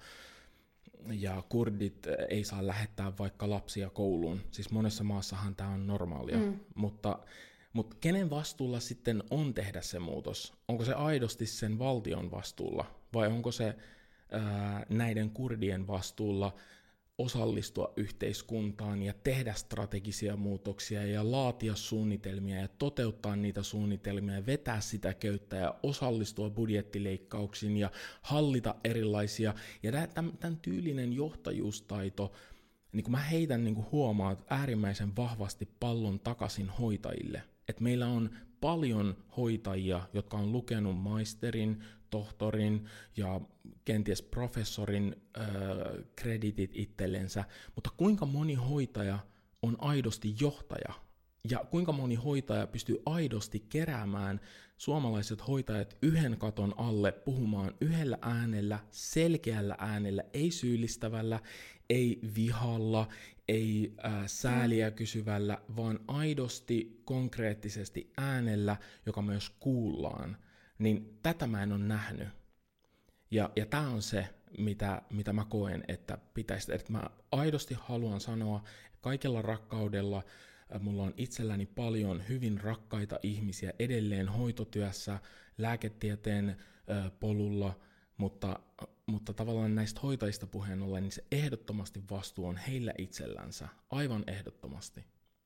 [SPEAKER 2] ja kurdit ei saa lähettää vaikka lapsia kouluun, siis monessa maassahan tämä on normaalia, mm. mutta Mutta kenen vastuulla sitten on tehdä se muutos? Onko se aidosti sen valtion vastuulla vai onko se ää, näiden kurdien vastuulla osallistua yhteiskuntaan ja tehdä strategisia muutoksia ja laatia suunnitelmia ja toteuttaa niitä suunnitelmia ja vetää sitä köyttä ja osallistua budjettileikkauksiin ja hallita erilaisia. Ja tämän tyylinen johtajuustaito, niin kuin mä heitän niin kuin huomaat äärimmäisen vahvasti pallon takaisin hoitajille. Että meillä on paljon hoitajia, jotka on lukenut maisterin, tohtorin ja kenties professorin äh, kreditit itsellensä, mutta kuinka moni hoitaja on aidosti johtaja? Ja kuinka moni hoitaja pystyy aidosti keräämään suomalaiset hoitajat yhden katon alle puhumaan yhdellä äänellä, selkeällä äänellä, ei syyllistävällä, ei vihalla, ei äh, sääliä kysyvällä, vaan aidosti, konkreettisesti äänellä, joka myös kuullaan. Niin tätä mä en ole nähnyt. Ja, ja tämä on se, mitä, mitä mä koen, että pitäisi, että mä aidosti haluan sanoa kaikella rakkaudella. Mulla on itselläni paljon hyvin rakkaita ihmisiä edelleen hoitotyössä, lääketieteen ö, polulla, mutta, mutta tavallaan näistä hoitajista puheen ollen, niin se ehdottomasti vastuu on heillä itsellänsä, aivan ehdottomasti.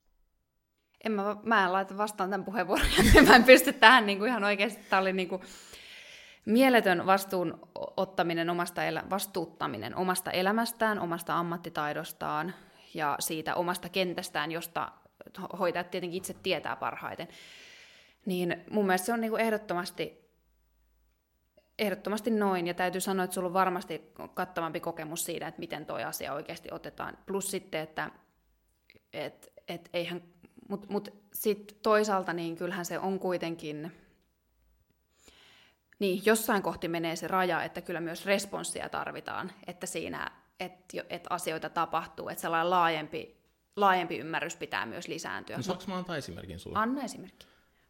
[SPEAKER 1] En mä, mä en laita vastaan tämän puheenvuoron, mä en pysty tähän niin kuin ihan oikeasti. Tämä oli niin kuin mieletön vastuun ottaminen, omasta elä, vastuuttaminen omasta elämästään, omasta ammattitaidostaan ja siitä omasta kentästään, josta hoitajat tietenkin itse tietää parhaiten. Niin mun mielestä se on niin kuin ehdottomasti, ehdottomasti noin, ja täytyy sanoa, että sulla on varmasti kattavampi kokemus siitä, että miten toi asia oikeasti otetaan. Plus sitten, että et, et eihän, mut, mut sitten toisaalta niin kyllähän se on kuitenkin, niin jossain kohti menee se raja, että kyllä myös responssia tarvitaan, että siinä, että et asioita tapahtuu, että sellainen laajempi, laajempi ymmärrys pitää myös lisääntyä.
[SPEAKER 2] No saanko mä antaa esimerkin sulle?
[SPEAKER 1] Anna esimerkki.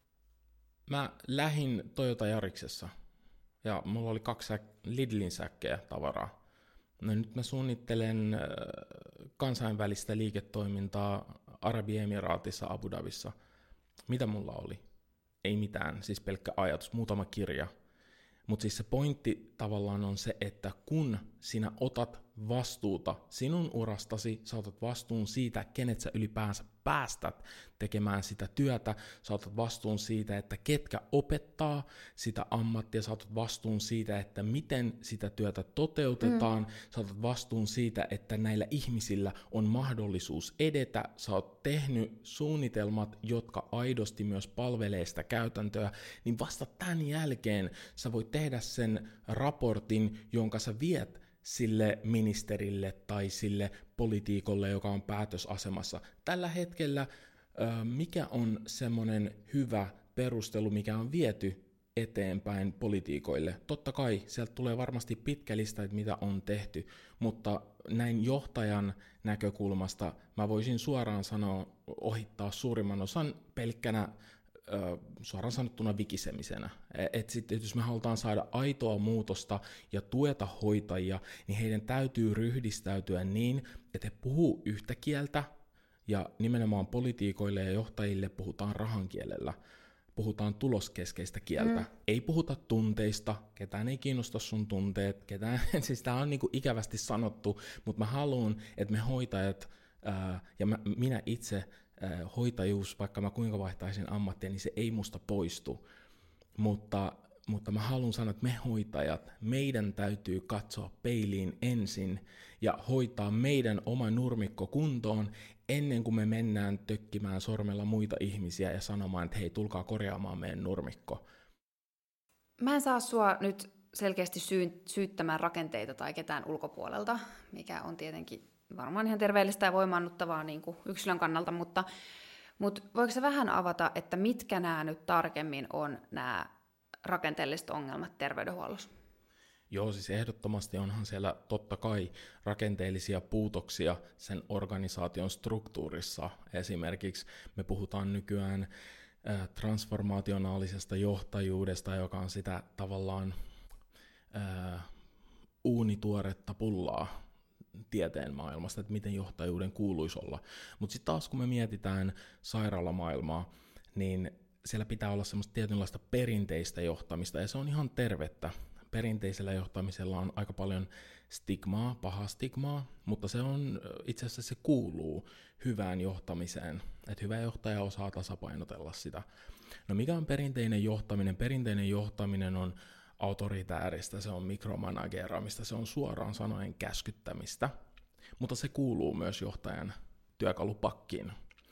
[SPEAKER 2] Mä lähdin Toyota Yariksessa ja mulla oli kaksi säk- Lidlin säkkejä tavaraa. No nyt mä suunnittelen äh, kansainvälistä liiketoimintaa Arabiemiraatissa Abu Dhabissa. Mitä mulla oli? Ei mitään, siis pelkkä ajatus, muutama kirja. Mutta siis se pointti tavallaan on se, että kun sinä otat vastuuta sinun urastasi, sä otat vastuun siitä, kenet sä ylipäänsä päästät tekemään sitä työtä, sä otat vastuun siitä, että ketkä opettaa sitä ammattia, sä otat vastuun siitä, että miten sitä työtä toteutetaan, mm. sä otat vastuun siitä, että näillä ihmisillä on mahdollisuus edetä, sä oot tehnyt suunnitelmat, jotka aidosti myös palvelee sitä käytäntöä, niin vasta tämän jälkeen sä voit tehdä sen raportin, jonka sä viet sille ministerille tai sille politiikolle, joka on päätösasemassa. Tällä hetkellä mikä on semmoinen hyvä perustelu, mikä on viety eteenpäin politiikoille? Totta kai sieltä tulee varmasti pitkä lista, että mitä on tehty, mutta näin johtajan näkökulmasta mä voisin suoraan sanoa ohittaa suurimman osan pelkkänä suoraan sanottuna vikisemisenä. Et sit, et jos me halutaan saada aitoa muutosta ja tueta hoitajia, niin heidän täytyy ryhdistäytyä niin, että he puhuu yhtä kieltä, ja nimenomaan politiikoille ja johtajille puhutaan rahan kielellä. Puhutaan tuloskeskeistä kieltä. Mm. Ei puhuta tunteista, ketään ei kiinnosta sun tunteet, ketään, siis tää on niinku ikävästi sanottu, mutta mä haluan, että me hoitajat, ää, ja mä, minä itse, hoitajuus, vaikka mä kuinka vaihtaisin ammattia, niin se ei musta poistu. Mutta, mutta mä haluan sanoa, että me hoitajat, meidän täytyy katsoa peiliin ensin ja hoitaa meidän oma nurmikko kuntoon ennen kuin me mennään tökkimään sormella muita ihmisiä ja sanomaan, että hei, tulkaa korjaamaan meidän nurmikko.
[SPEAKER 1] Mä en saa sua nyt selkeästi syy- syyttämään rakenteita tai ketään ulkopuolelta, mikä on tietenkin varmaan ihan terveellistä ja voimaannuttavaa niin kuin yksilön kannalta, mutta, mutta voiko sä vähän avata, että mitkä nämä nyt tarkemmin on nämä rakenteelliset ongelmat terveydenhuollossa?
[SPEAKER 2] Joo, siis ehdottomasti onhan siellä totta kai rakenteellisia puutoksia sen organisaation struktuurissa. Esimerkiksi me puhutaan nykyään äh, transformaationaalisesta johtajuudesta, joka on sitä tavallaan äh, uunituoretta pullaa tieteen maailmasta, että miten johtajuuden kuuluisi olla. Mutta sitten taas kun me mietitään sairaalamaailmaa, niin siellä pitää olla semmoista tietynlaista perinteistä johtamista, ja se on ihan tervettä. Perinteisellä johtamisella on aika paljon stigmaa, pahaa stigmaa, mutta se on itse asiassa se kuuluu hyvään johtamiseen, että hyvä johtaja osaa tasapainotella sitä. No mikä on perinteinen johtaminen? Perinteinen johtaminen on autoritääristä, se on mikromanageeraamista, se on suoraan sanoen käskyttämistä, mutta se kuuluu myös johtajan työkalupakkiin.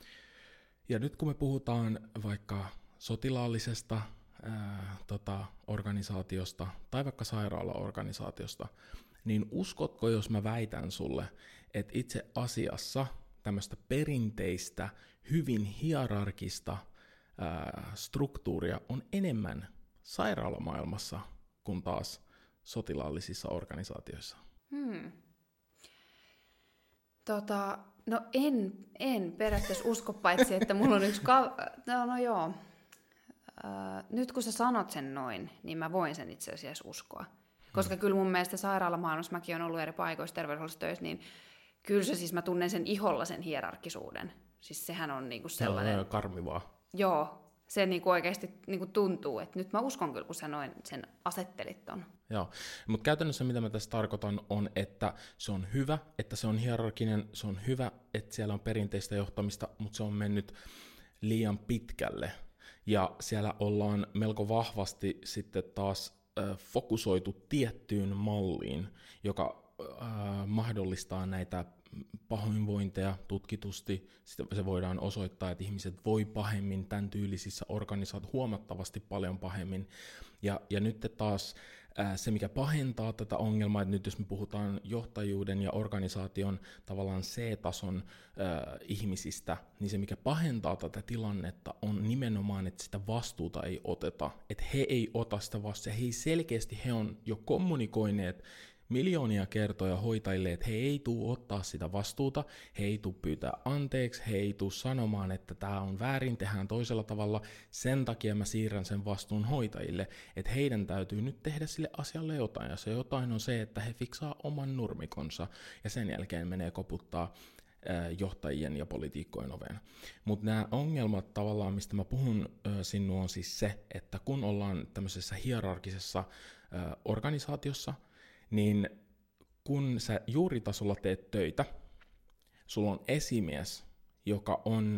[SPEAKER 2] Ja nyt kun me puhutaan vaikka sotilaallisesta ää, tota, organisaatiosta tai vaikka sairaalaorganisaatiosta, niin uskotko, jos mä väitän sulle, että itse asiassa tämmöistä perinteistä, hyvin hierarkista ää, struktuuria on enemmän sairaalamaailmassa kuin taas sotilaallisissa organisaatioissa?
[SPEAKER 1] Hmm. Tota, no en, en periaatteessa usko, paitsi että mulla on yksi... Ka- no, no joo. Äh, nyt kun sä sanot sen noin, niin mä voin sen itse asiassa uskoa. Koska hmm. kyllä mun mielestä sairaalamaailmassa, mäkin olen ollut eri paikoissa terveydenhuollossa töissä, niin kyllä se siis mä tunnen sen iholla sen hierarkisuuden. Siis sehän on niinku sellainen...
[SPEAKER 2] No, karmivaa.
[SPEAKER 1] Joo. Se niinku oikeasti niinku tuntuu, että nyt mä uskon kyllä, kun sä noin sen asettelit ton.
[SPEAKER 2] Joo, mutta käytännössä mitä mä tässä tarkoitan on, että se on hyvä, että se on hierarkinen, se on hyvä, että siellä on perinteistä johtamista, mutta se on mennyt liian pitkälle. Ja siellä ollaan melko vahvasti sitten taas äh, fokusoitu tiettyyn malliin, joka äh, mahdollistaa näitä pahoinvointeja tutkitusti. Sitten se voidaan osoittaa, että ihmiset voi pahemmin tämän tyylisissä organisaatioissa huomattavasti paljon pahemmin. Ja, ja nyt taas se, mikä pahentaa tätä ongelmaa, että nyt jos me puhutaan johtajuuden ja organisaation tavallaan C-tason äh, ihmisistä, niin se, mikä pahentaa tätä tilannetta, on nimenomaan, että sitä vastuuta ei oteta, että he ei ota sitä vastuuta, he selkeästi he on jo kommunikoineet miljoonia kertoja hoitajille, että he ei tule ottaa sitä vastuuta, he ei tule pyytää anteeksi, he ei tule sanomaan, että tämä on väärin, tehdään toisella tavalla, sen takia mä siirrän sen vastuun hoitajille, että heidän täytyy nyt tehdä sille asialle jotain, ja se jotain on se, että he fiksaa oman nurmikonsa, ja sen jälkeen menee koputtaa johtajien ja poliitikkojen oveen. Mutta nämä ongelmat tavallaan, mistä mä puhun sinua, on siis se, että kun ollaan tämmöisessä hierarkisessa organisaatiossa, niin kun sä juuritasolla teet töitä, sulla on esimies, joka on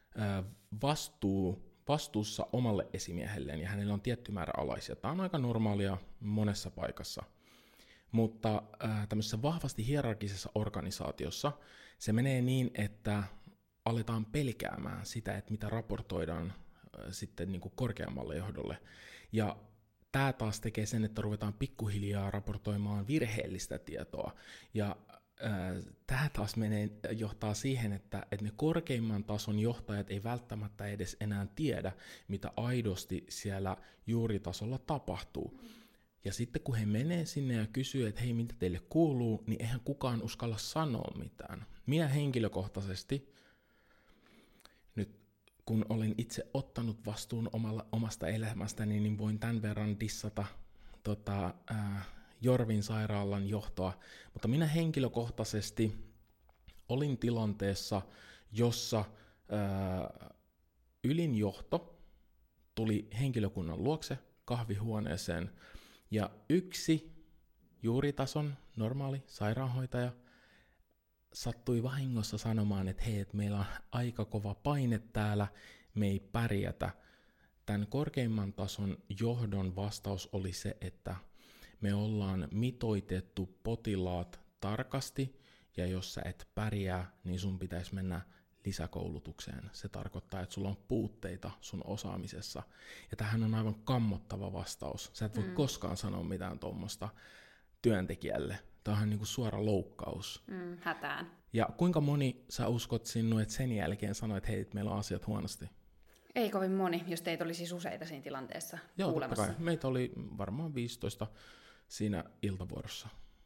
[SPEAKER 2] vastuu, vastuussa omalle esimiehelleen, ja hänellä on tietty määrä alaisia. Tämä on aika normaalia monessa paikassa. Mutta tämmöisessä vahvasti hierarkisessa organisaatiossa se menee niin, että aletaan pelkäämään sitä, että mitä raportoidaan sitten niin kuin korkeammalle johdolle. Ja tämä taas tekee sen, että ruvetaan pikkuhiljaa raportoimaan virheellistä tietoa, ja tämä taas menee, johtaa siihen, että, että ne korkeimman tason johtajat ei välttämättä edes enää tiedä, mitä aidosti siellä juuritasolla tapahtuu. Ja sitten kun he menee sinne ja kysyy, että hei, mitä teille kuuluu, niin eihän kukaan uskalla sanoa mitään. Minä henkilökohtaisesti, nyt kun olen itse ottanut vastuun omalla, omasta elämästäni, niin voin tämän verran dissata tota, äh, Jorvin sairaalan johtoa. Mutta minä henkilökohtaisesti olin tilanteessa, jossa äh, ylin johto tuli henkilökunnan luokse kahvihuoneeseen, ja yksi juuritason normaali sairaanhoitaja sattui vahingossa sanomaan, että hei, että meillä on aika kova paine täällä, me ei pärjätä. Tämän korkeimman tason johdon vastaus oli se, että me ollaan mitoitettu potilaat tarkasti, ja jos sä et pärjää, niin sun pitäisi mennä lisäkoulutukseen. Se tarkoittaa, että sulla on puutteita sun osaamisessa. Ja tämähän on aivan kammottava vastaus. Sä et voi mm. koskaan sanoa mitään tuommoista työntekijälle. Tämä on niin kuin suora loukkaus.
[SPEAKER 1] Mm, hätään.
[SPEAKER 2] Ja kuinka moni sä uskot sinua, että sen jälkeen sanoi, että hei, meillä on asiat huonosti?
[SPEAKER 1] Ei kovin moni, jos teitä oli siis useita siinä tilanteessa
[SPEAKER 2] Joo,
[SPEAKER 1] kuulemassa.
[SPEAKER 2] Joo, meitä oli varmaan viisitoista siinä iltavuorossa.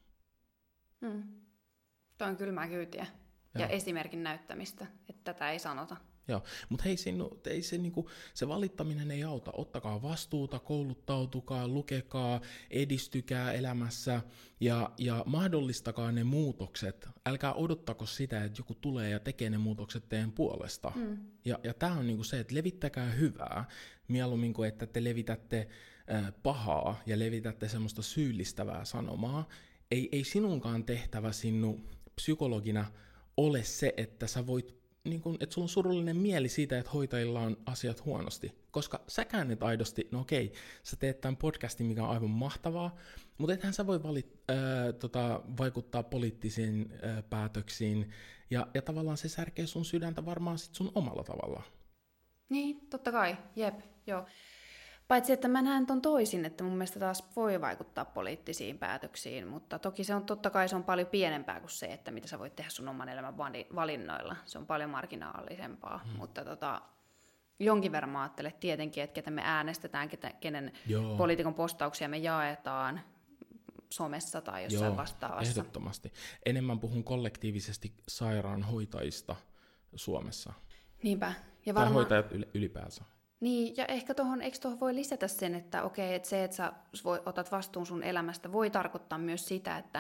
[SPEAKER 1] Mm. Tuo on kylmää kyytiä. Ja Joo. esimerkin näyttämistä, että tätä ei sanota.
[SPEAKER 2] Joo, mutta hei, sinu, ei se, niinku, se valittaminen ei auta. Ottakaa vastuuta, kouluttautukaa, lukekaa, edistykää elämässä ja, ja mahdollistakaa ne muutokset. Älkää odottako sitä, että joku tulee ja tekee ne muutokset teidän puolesta. Mm. Ja, ja tämä on niinku se, että levittäkää hyvää, mieluummin kuin että te levitätte äh, pahaa ja levitätte semmoista syyllistävää sanomaa. Ei, ei sinunkaan tehtävä sinun psykologina ole se, että sä voit, niin kun, että sulla on surullinen mieli siitä, että hoitajilla on asiat huonosti. Koska säkään et aidosti, no okei, sä teet tämän podcastin, mikä on aivan mahtavaa, mutta ethän sä voi valit, ää, tota, vaikuttaa poliittisiin ää, päätöksiin, ja, ja tavallaan se särkee sun sydäntä varmaan sit sun omalla tavalla.
[SPEAKER 1] Niin, totta kai, jep, joo. Paitsi, että mä näen ton toisin, että mun mielestä taas voi vaikuttaa poliittisiin päätöksiin, mutta toki se on totta kai se on paljon pienempää kuin se, että mitä sä voit tehdä sun oman elämän valinnoilla. Se on paljon marginaalisempaa, hmm. mutta tota, jonkin verran mä ajattelen tietenkin, että ketä me äänestetään, ketä, kenen Joo. poliitikon postauksia me jaetaan somessa tai jossain Joo, vastaavassa.
[SPEAKER 2] Ehdottomasti. Enemmän puhun kollektiivisesti sairaanhoitajista Suomessa.
[SPEAKER 1] Niinpä. Ja
[SPEAKER 2] varmaan... Tai hoitajat ylipäänsä.
[SPEAKER 1] Niin, ja ehkä tuohon, eikö tuohon voi lisätä sen, että okei, että se, että sä voi, otat vastuun sun elämästä, voi tarkoittaa myös sitä, että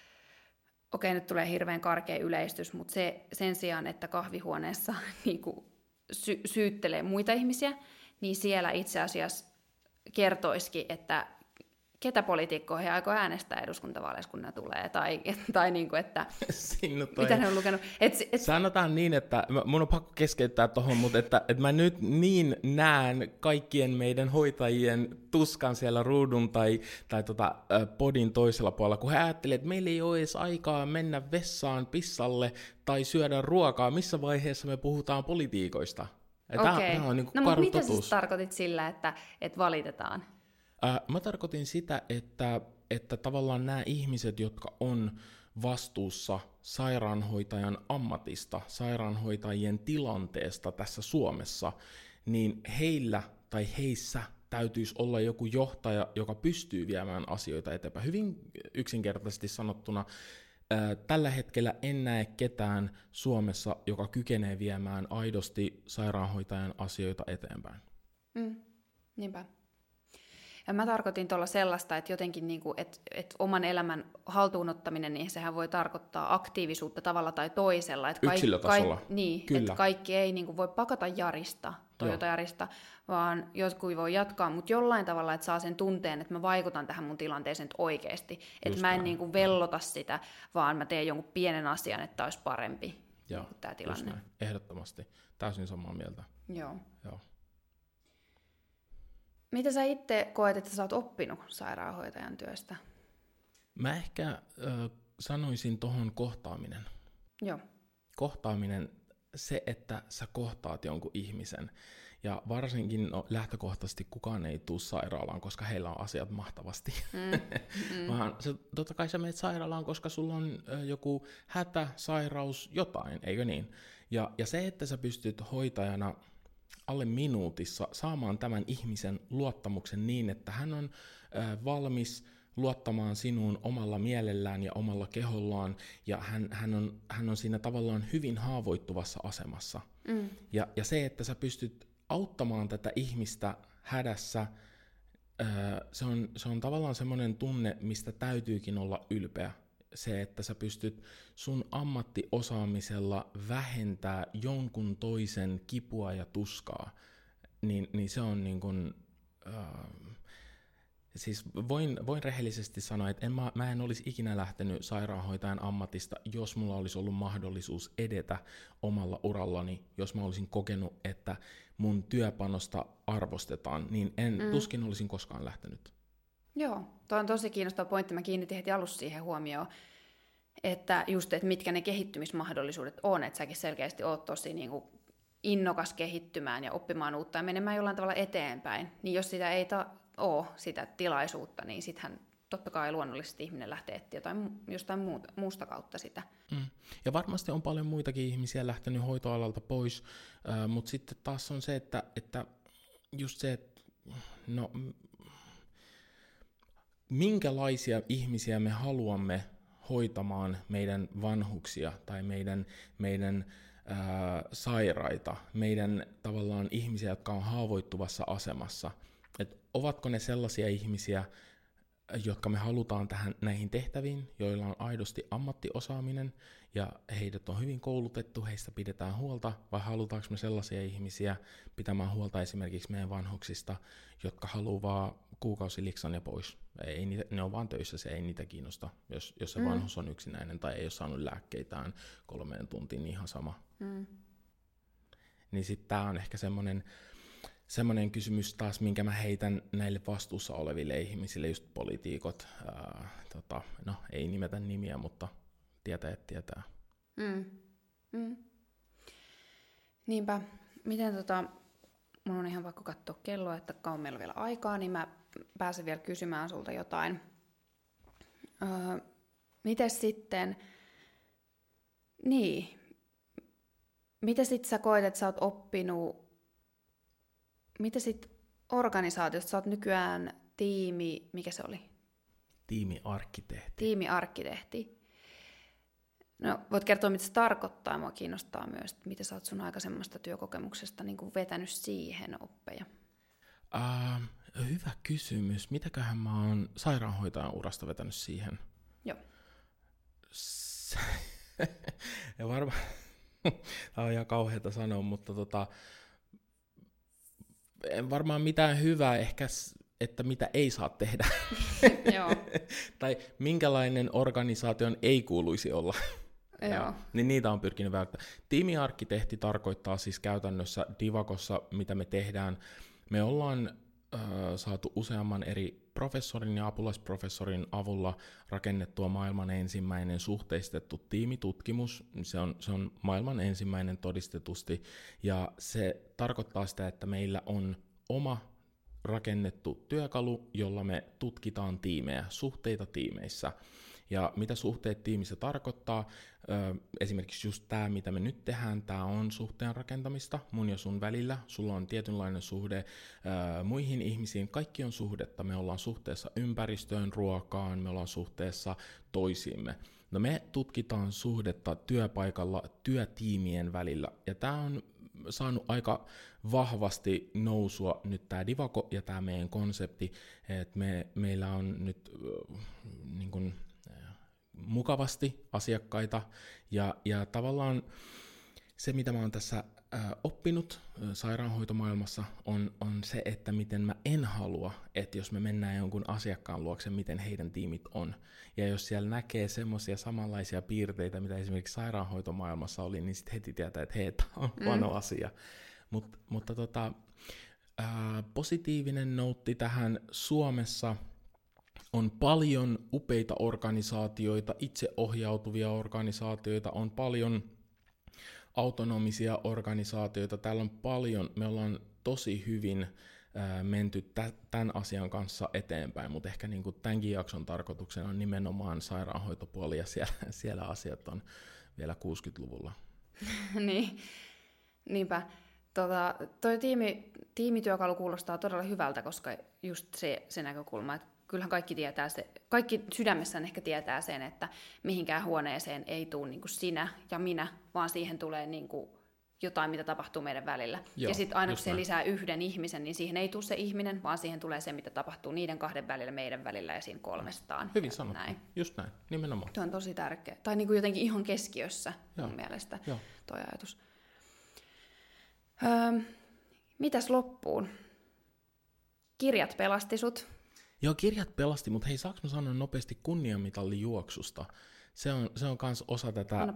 [SPEAKER 1] okei, nyt tulee hirveän karkea yleistys, mutta se, sen sijaan, että kahvihuoneessa niin kuin sy- syyttelee muita ihmisiä, niin siellä itse asiassa kertoisikin, että ketä poliitikkoa he aikoo äänestää eduskuntavaaleissa, kun ne tulee, tai, tai niin kuin, että mitä ne on lukenut. Et, et...
[SPEAKER 2] Sanotaan niin, että mun on pakko keskeyttää tuohon, mutta että, että mä nyt niin näen kaikkien meidän hoitajien tuskan siellä ruudun tai, tai tota, podin toisella puolella, kun he ajattelevat, että meillä ei ole edes aikaa mennä vessaan, pissalle tai syödä ruokaa, missä vaiheessa me puhutaan politiikoista.
[SPEAKER 1] Okei, okay. No mutta mitä sä tarkoitit sillä, että, että valitetaan?
[SPEAKER 2] Ää, mä tarkoitin sitä, että, että tavallaan nämä ihmiset, jotka on vastuussa sairaanhoitajan ammatista, sairaanhoitajien tilanteesta tässä Suomessa, niin heillä tai heissä täytyisi olla joku johtaja, joka pystyy viemään asioita eteenpäin. Hyvin yksinkertaisesti sanottuna, ää, tällä hetkellä en näe ketään Suomessa, joka kykenee viemään aidosti sairaanhoitajan asioita eteenpäin.
[SPEAKER 1] Mm, niinpä. Ja mä tarkoitin tuolla sellaista, että jotenkin niinku, että et oman elämän haltuunottaminen, niin sehän voi tarkoittaa aktiivisuutta tavalla tai toisella. Et kaik,
[SPEAKER 2] Yksilötasolla.
[SPEAKER 1] Kaik, niin, että kaikki ei niinku voi pakata Jarista, Toyota Jarista, vaan jotkut voi jatkaa, mutta jollain tavalla, että saa sen tunteen, että mä vaikutan tähän mun tilanteeseen oikeasti. Että mä en niinku vellota sitä, vaan mä teen jonkun pienen asian, että olisi parempi
[SPEAKER 2] Joo,
[SPEAKER 1] tämä tilanne.
[SPEAKER 2] näin. Ehdottomasti. Täysin samaa mieltä.
[SPEAKER 1] Joo.
[SPEAKER 2] Joo.
[SPEAKER 1] Mitä sä itse koet, että sä oot oppinut sairaanhoitajan työstä?
[SPEAKER 2] Mä ehkä äh, sanoisin tohon kohtaaminen.
[SPEAKER 1] Joo.
[SPEAKER 2] Kohtaaminen, se, että sä kohtaat jonkun ihmisen. Ja varsinkin no, lähtökohtaisesti kukaan ei tule sairaalaan, koska heillä on asiat mahtavasti. Mm, mm. Vaan se, totta kai sä menet sairaalaan, koska sulla on äh, joku hätä, sairaus, jotain, eikö niin? Ja, ja se, että sä pystyt hoitajana alle minuutissa saamaan tämän ihmisen luottamuksen niin, että hän on äh, valmis luottamaan sinuun omalla mielellään ja omalla kehollaan, ja hän, hän, on, hän on siinä tavallaan hyvin haavoittuvassa asemassa. Mm. Ja, ja se, että sä pystyt auttamaan tätä ihmistä hädässä, äh, se, on, se on tavallaan semmoinen tunne, mistä täytyykin olla ylpeä. Se, että sä pystyt sun ammattiosaamisella vähentää jonkun toisen kipua ja tuskaa, niin, niin se on niin kuin, äh, siis voin, voin rehellisesti sanoa, että en, mä, mä en olisi ikinä lähtenyt sairaanhoitajan ammatista, jos mulla olisi ollut mahdollisuus edetä omalla urallani, jos mä olisin kokenut, että mun työpanosta arvostetaan, niin en mm. tuskin olisin koskaan lähtenyt.
[SPEAKER 1] Joo, tuo on tosi kiinnostava pointti. Mä kiinnitin heti alussa siihen huomioon, että just, että mitkä ne kehittymismahdollisuudet on, että säkin selkeästi oot tosi niin kuin innokas kehittymään ja oppimaan uutta ja menemään jollain tavalla eteenpäin. Niin jos sitä ei ta- ole, sitä tilaisuutta, niin sittenhän totta kai luonnollisesti ihminen lähtee etsiä jotain, jostain muuta, muusta kautta sitä.
[SPEAKER 2] Mm. Ja varmasti on paljon muitakin ihmisiä lähtenyt hoitoalalta pois, äh, mutta sitten taas on se, että, että just se, että no, minkälaisia ihmisiä me haluamme hoitamaan meidän vanhuksia tai meidän, meidän ää, sairaita, meidän tavallaan ihmisiä, jotka on haavoittuvassa asemassa. Et ovatko ne sellaisia ihmisiä, jotka me halutaan tähän näihin tehtäviin, joilla on aidosti ammattiosaaminen ja heidät on hyvin koulutettu, heistä pidetään huolta, vai halutaanko me sellaisia ihmisiä pitämään huolta esimerkiksi meidän vanhuksista, jotka haluaa kuukausiliksan ja pois. Ei niitä, ne on vaan töissä, se ei niitä kiinnosta. Jos, jos se mm. vanhus on yksinäinen tai ei ole saanut lääkkeitään kolmeen tuntiin, niin ihan sama. Mm. Niin sitten tämä on ehkä semmoinen semmoinen kysymys taas, minkä mä heitän näille vastuussa oleville ihmisille, just poliitikot, ää, tota, no ei nimetä nimiä, mutta tietäjät tietää.
[SPEAKER 1] Mm. Mm. Niinpä, miten tota, mun on ihan pakko katsoa kelloa, että kauan meillä on vielä aikaa, niin mä pääsen vielä kysymään sulta jotain. Öö, mites sitten, niin, miten sit sä koet, että sä oot oppinut, mitä sitten organisaatiosta? Sä oot nykyään tiimi, mikä se oli?
[SPEAKER 2] Tiimiarkkitehti.
[SPEAKER 1] Tiimiarkkitehti. No, voit kertoa, mitä se tarkoittaa. Mua kiinnostaa myös, että mitä sä oot sun aikaisemmasta työkokemuksesta niin kuin vetänyt siihen oppeja.
[SPEAKER 2] Uh, hyvä kysymys. Mitäköhän mä oon sairaanhoitajan urasta vetänyt siihen?
[SPEAKER 1] Joo.
[SPEAKER 2] S- ja varmaan, tämä on ihan kauheata sanoa, mutta tota, en varmaan mitään hyvää ehkä, että mitä ei saa tehdä.
[SPEAKER 1] Joo.
[SPEAKER 2] Tai minkälainen organisaation ei kuuluisi olla.
[SPEAKER 1] Joo.
[SPEAKER 2] Niin niitä on pyrkinyt välttämään. Tiimiarkkitehti tarkoittaa siis käytännössä Divakossa, mitä me tehdään. Me ollaan äh, saatu useamman eri professorin ja apulaisprofessorin avulla rakennettua maailman ensimmäinen suhteistettu tiimitutkimus. Se on, se on maailman ensimmäinen todistetusti, ja se tarkoittaa sitä, että meillä on oma rakennettu työkalu, jolla me tutkitaan tiimejä, suhteita tiimeissä. Ja mitä suhteet tiimissä tarkoittaa, esimerkiksi just tämä, mitä me nyt tehdään, tämä on suhteen rakentamista mun ja sun välillä. Sulla on tietynlainen suhde muihin ihmisiin, kaikki on suhdetta. Me ollaan suhteessa ympäristöön, ruokaan, me ollaan suhteessa toisiimme. No me tutkitaan suhdetta työpaikalla työtiimien välillä, ja tämä on saanut aika vahvasti nousua nyt tämä Divako ja tämä meidän konsepti, että me, meillä on nyt äh, niin kuin, äh, mukavasti asiakkaita, ja, ja tavallaan se, mitä mä oon tässä äh, oppinut äh, sairaanhoitomaailmassa, on, on se, että miten mä en halua, että jos me mennään jonkun asiakkaan luokse, miten heidän tiimit on. Ja jos siellä näkee semmoisia samanlaisia piirteitä, mitä esimerkiksi sairaanhoitomaailmassa oli, niin sitten heti tietää, että hei, tämä on mm. huono asia. Mut, mutta tota, äh, positiivinen noutti tähän: Suomessa on paljon upeita organisaatioita, itseohjautuvia organisaatioita, on paljon autonomisia organisaatioita, täällä on paljon, me ollaan tosi hyvin ää, menty tä- tämän asian kanssa eteenpäin, mutta ehkä niin kuin tämänkin jakson tarkoituksena on nimenomaan sairaanhoitopuoli, ja siellä, siellä asiat on vielä kuusikymmentäluvulla.
[SPEAKER 1] Niin, niinpä. Tota, toi tiimi, tiimityökalu kuulostaa todella hyvältä, koska just se, se näkökulma, että kyllähän kaikki tietää se, kaikki sydämessään ehkä tietää sen, että mihinkään huoneeseen ei tule niin kuin sinä ja minä, vaan siihen tulee niin kuin jotain, mitä tapahtuu meidän välillä. Joo, ja sitten aina kun se näin. Lisää yhden ihmisen, niin siihen ei tule se ihminen, vaan siihen tulee se, mitä tapahtuu niiden kahden välillä, meidän välillä ja siinä kolmestaan.
[SPEAKER 2] Hyvin sanottu, näin. Just näin, nimenomaan.
[SPEAKER 1] Tuo on tosi tärkeä, tai niin kuin jotenkin ihan keskiössä Joo. mun mielestä Joo. toi ajatus. Öö, mitäs loppuun? Kirjat pelasti sut.
[SPEAKER 2] Joo, kirjat pelasti, mutta hei, saanko mä sanoa nopeasti kunniamitalli juoksusta? Se on, se on kans osa tätä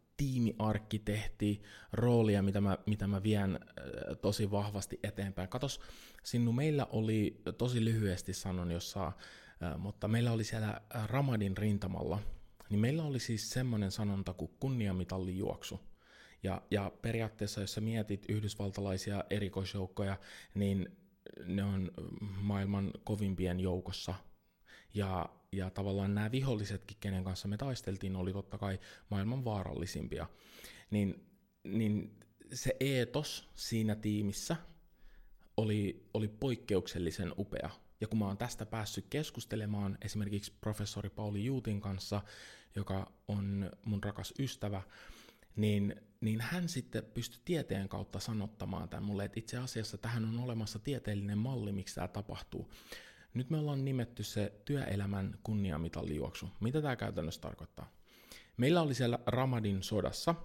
[SPEAKER 2] tiimiarkkitehti-roolia, mitä mä, mitä mä vien äh, tosi vahvasti eteenpäin. Katos, Sinnu, meillä oli, tosi lyhyesti sanon, jossa, äh, mutta meillä oli siellä Ramadin rintamalla, niin meillä oli siis semmoinen sanonta kuin kunniamitalli juoksu. Ja, ja periaatteessa, jos sä mietit yhdysvaltalaisia erikoisjoukkoja, niin ne on maailman kovimpien joukossa. Ja, ja tavallaan nämä vihollisetkin, kenen kanssa me taisteltiin, oli totta kai maailman vaarallisimpia. Niin, niin se eetos siinä tiimissä oli, oli poikkeuksellisen upea. Ja kun mä oon tästä päässyt keskustelemaan esimerkiksi professori Pauli Juutin kanssa, joka on mun rakas ystävä, niin, niin hän sitten pystyi tieteen kautta sanottamaan tämän mulle, että itse asiassa tähän on olemassa tieteellinen malli, miksi tämä tapahtuu. Nyt me ollaan nimetty se työelämän kunniamitallijuoksu. Mitä tämä käytännössä tarkoittaa? Meillä oli siellä Ramadin sodassa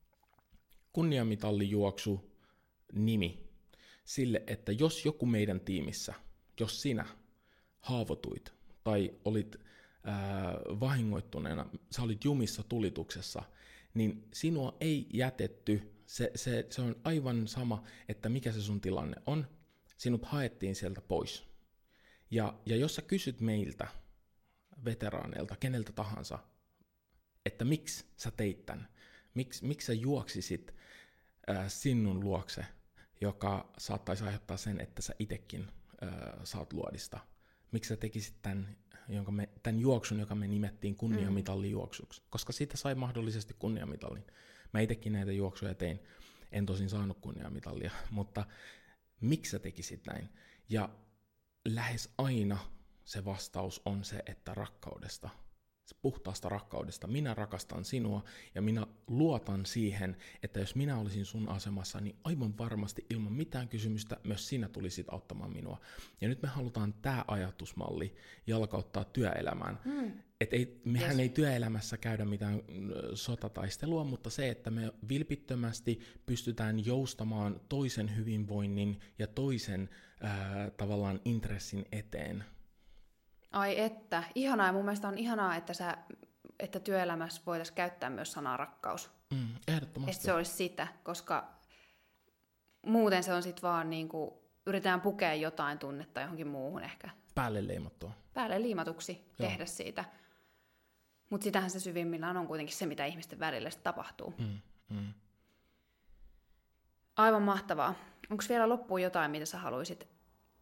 [SPEAKER 2] kunniamitallijuoksu nimi sille, että jos joku meidän tiimissä, jos sinä haavoituit tai olit ää, vahingoittuneena, sä olit jumissa tulituksessa, niin sinua ei jätetty, se, se, se on aivan sama, että mikä se sun tilanne on, sinut haettiin sieltä pois. Ja, ja jos sä kysyt meiltä, veteraaneilta, keneltä tahansa, että miksi sä teit tän, miksi, miksi sä juoksisit äh, Sinnun luokse, joka saattaisi aiheuttaa sen, että sä itekin äh, saat luodista, miksi sä tekisit tän, jonka me, tämän juoksun, joka me nimettiin kunniamitallijuoksuksi, koska siitä sai mahdollisesti kunniamitallin. Mä itsekin näitä juoksuja tein, en tosin saanut kunniamitallia, mutta miksi sä tekisit näin? Ja lähes aina se vastaus on se, että rakkaudesta, puhtaasta rakkaudesta. Minä rakastan sinua ja minä luotan siihen, että jos minä olisin sun asemassa, niin aivan varmasti ilman mitään kysymystä myös sinä tulisit auttamaan minua. Ja nyt me halutaan tämä ajatusmalli jalkauttaa työelämään. Mm. Et ei, mehän yes. ei työelämässä käydä mitään sotataistelua, mutta se, että me vilpittömästi pystytään joustamaan toisen hyvinvoinnin ja toisen ää, tavallaan intressin eteen.
[SPEAKER 1] Ai että, ihanaa, ja mun mielestä on ihanaa, että, sä, että työelämässä voitaisiin käyttää myös sanaa rakkaus.
[SPEAKER 2] Mm, ehdottomasti.
[SPEAKER 1] Että se olisi sitä, koska muuten se on sitten vaan niin kuin, yritetään pukea jotain tunnetta johonkin muuhun ehkä.
[SPEAKER 2] Päälle leimattua.
[SPEAKER 1] Päälle liimatuksi Joo. tehdä siitä. Mutta sitähän se syvimmillään on kuitenkin se, mitä ihmisten välillä tapahtuu.
[SPEAKER 2] Mm, mm.
[SPEAKER 1] Aivan mahtavaa. Onko vielä loppuun jotain, mitä sä haluaisit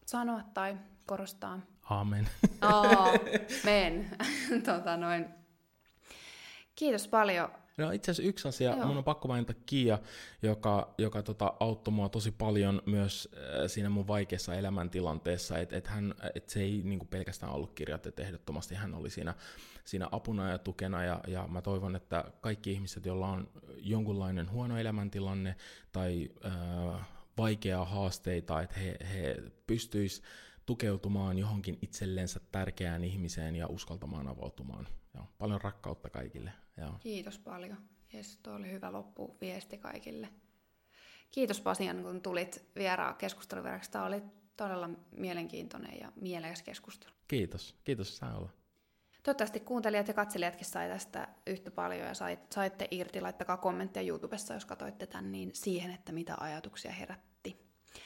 [SPEAKER 1] sanoa tai korostaa?
[SPEAKER 2] Aamen.
[SPEAKER 1] Aamen. tota noin. Kiitos paljon.
[SPEAKER 2] No itse asiassa yksi asia,
[SPEAKER 1] Joo.
[SPEAKER 2] mun on pakko mainita Kia, joka, joka tota, auttoi mua tosi paljon myös äh, siinä mun vaikeassa elämäntilanteessa, että et hän, et se ei niinku pelkästään ollut kirjat, että ehdottomasti hän oli siinä, siinä apuna ja tukena, ja, ja mä toivon, että kaikki ihmiset, joilla on jonkunlainen huono elämäntilanne tai äh, vaikeaa haasteita, että he, he pystyis tukeutumaan johonkin itsellensä tärkeään ihmiseen ja uskaltamaan avautumaan. Joo, paljon rakkautta kaikille. Joo.
[SPEAKER 1] Kiitos paljon. Jes, tuo oli hyvä loppuviesti kaikille. Kiitos Pasian, kun tulit vieraan keskusteluvieraaksi. Tämä oli todella mielenkiintoinen ja mielekäs keskustelu.
[SPEAKER 2] Kiitos. Kiitos, saa olla.
[SPEAKER 1] Toivottavasti kuuntelijat ja katselijatkin sai tästä yhtä paljon ja saitte irti. Laittakaa kommentteja YouTubessa, jos katsoitte tämän, niin siihen, että mitä ajatuksia herätti.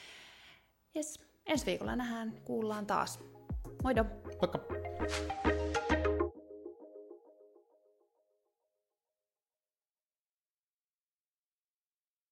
[SPEAKER 1] Jes, ensi viikolla nähdään, kuullaan taas. Moido!
[SPEAKER 2] Moikka!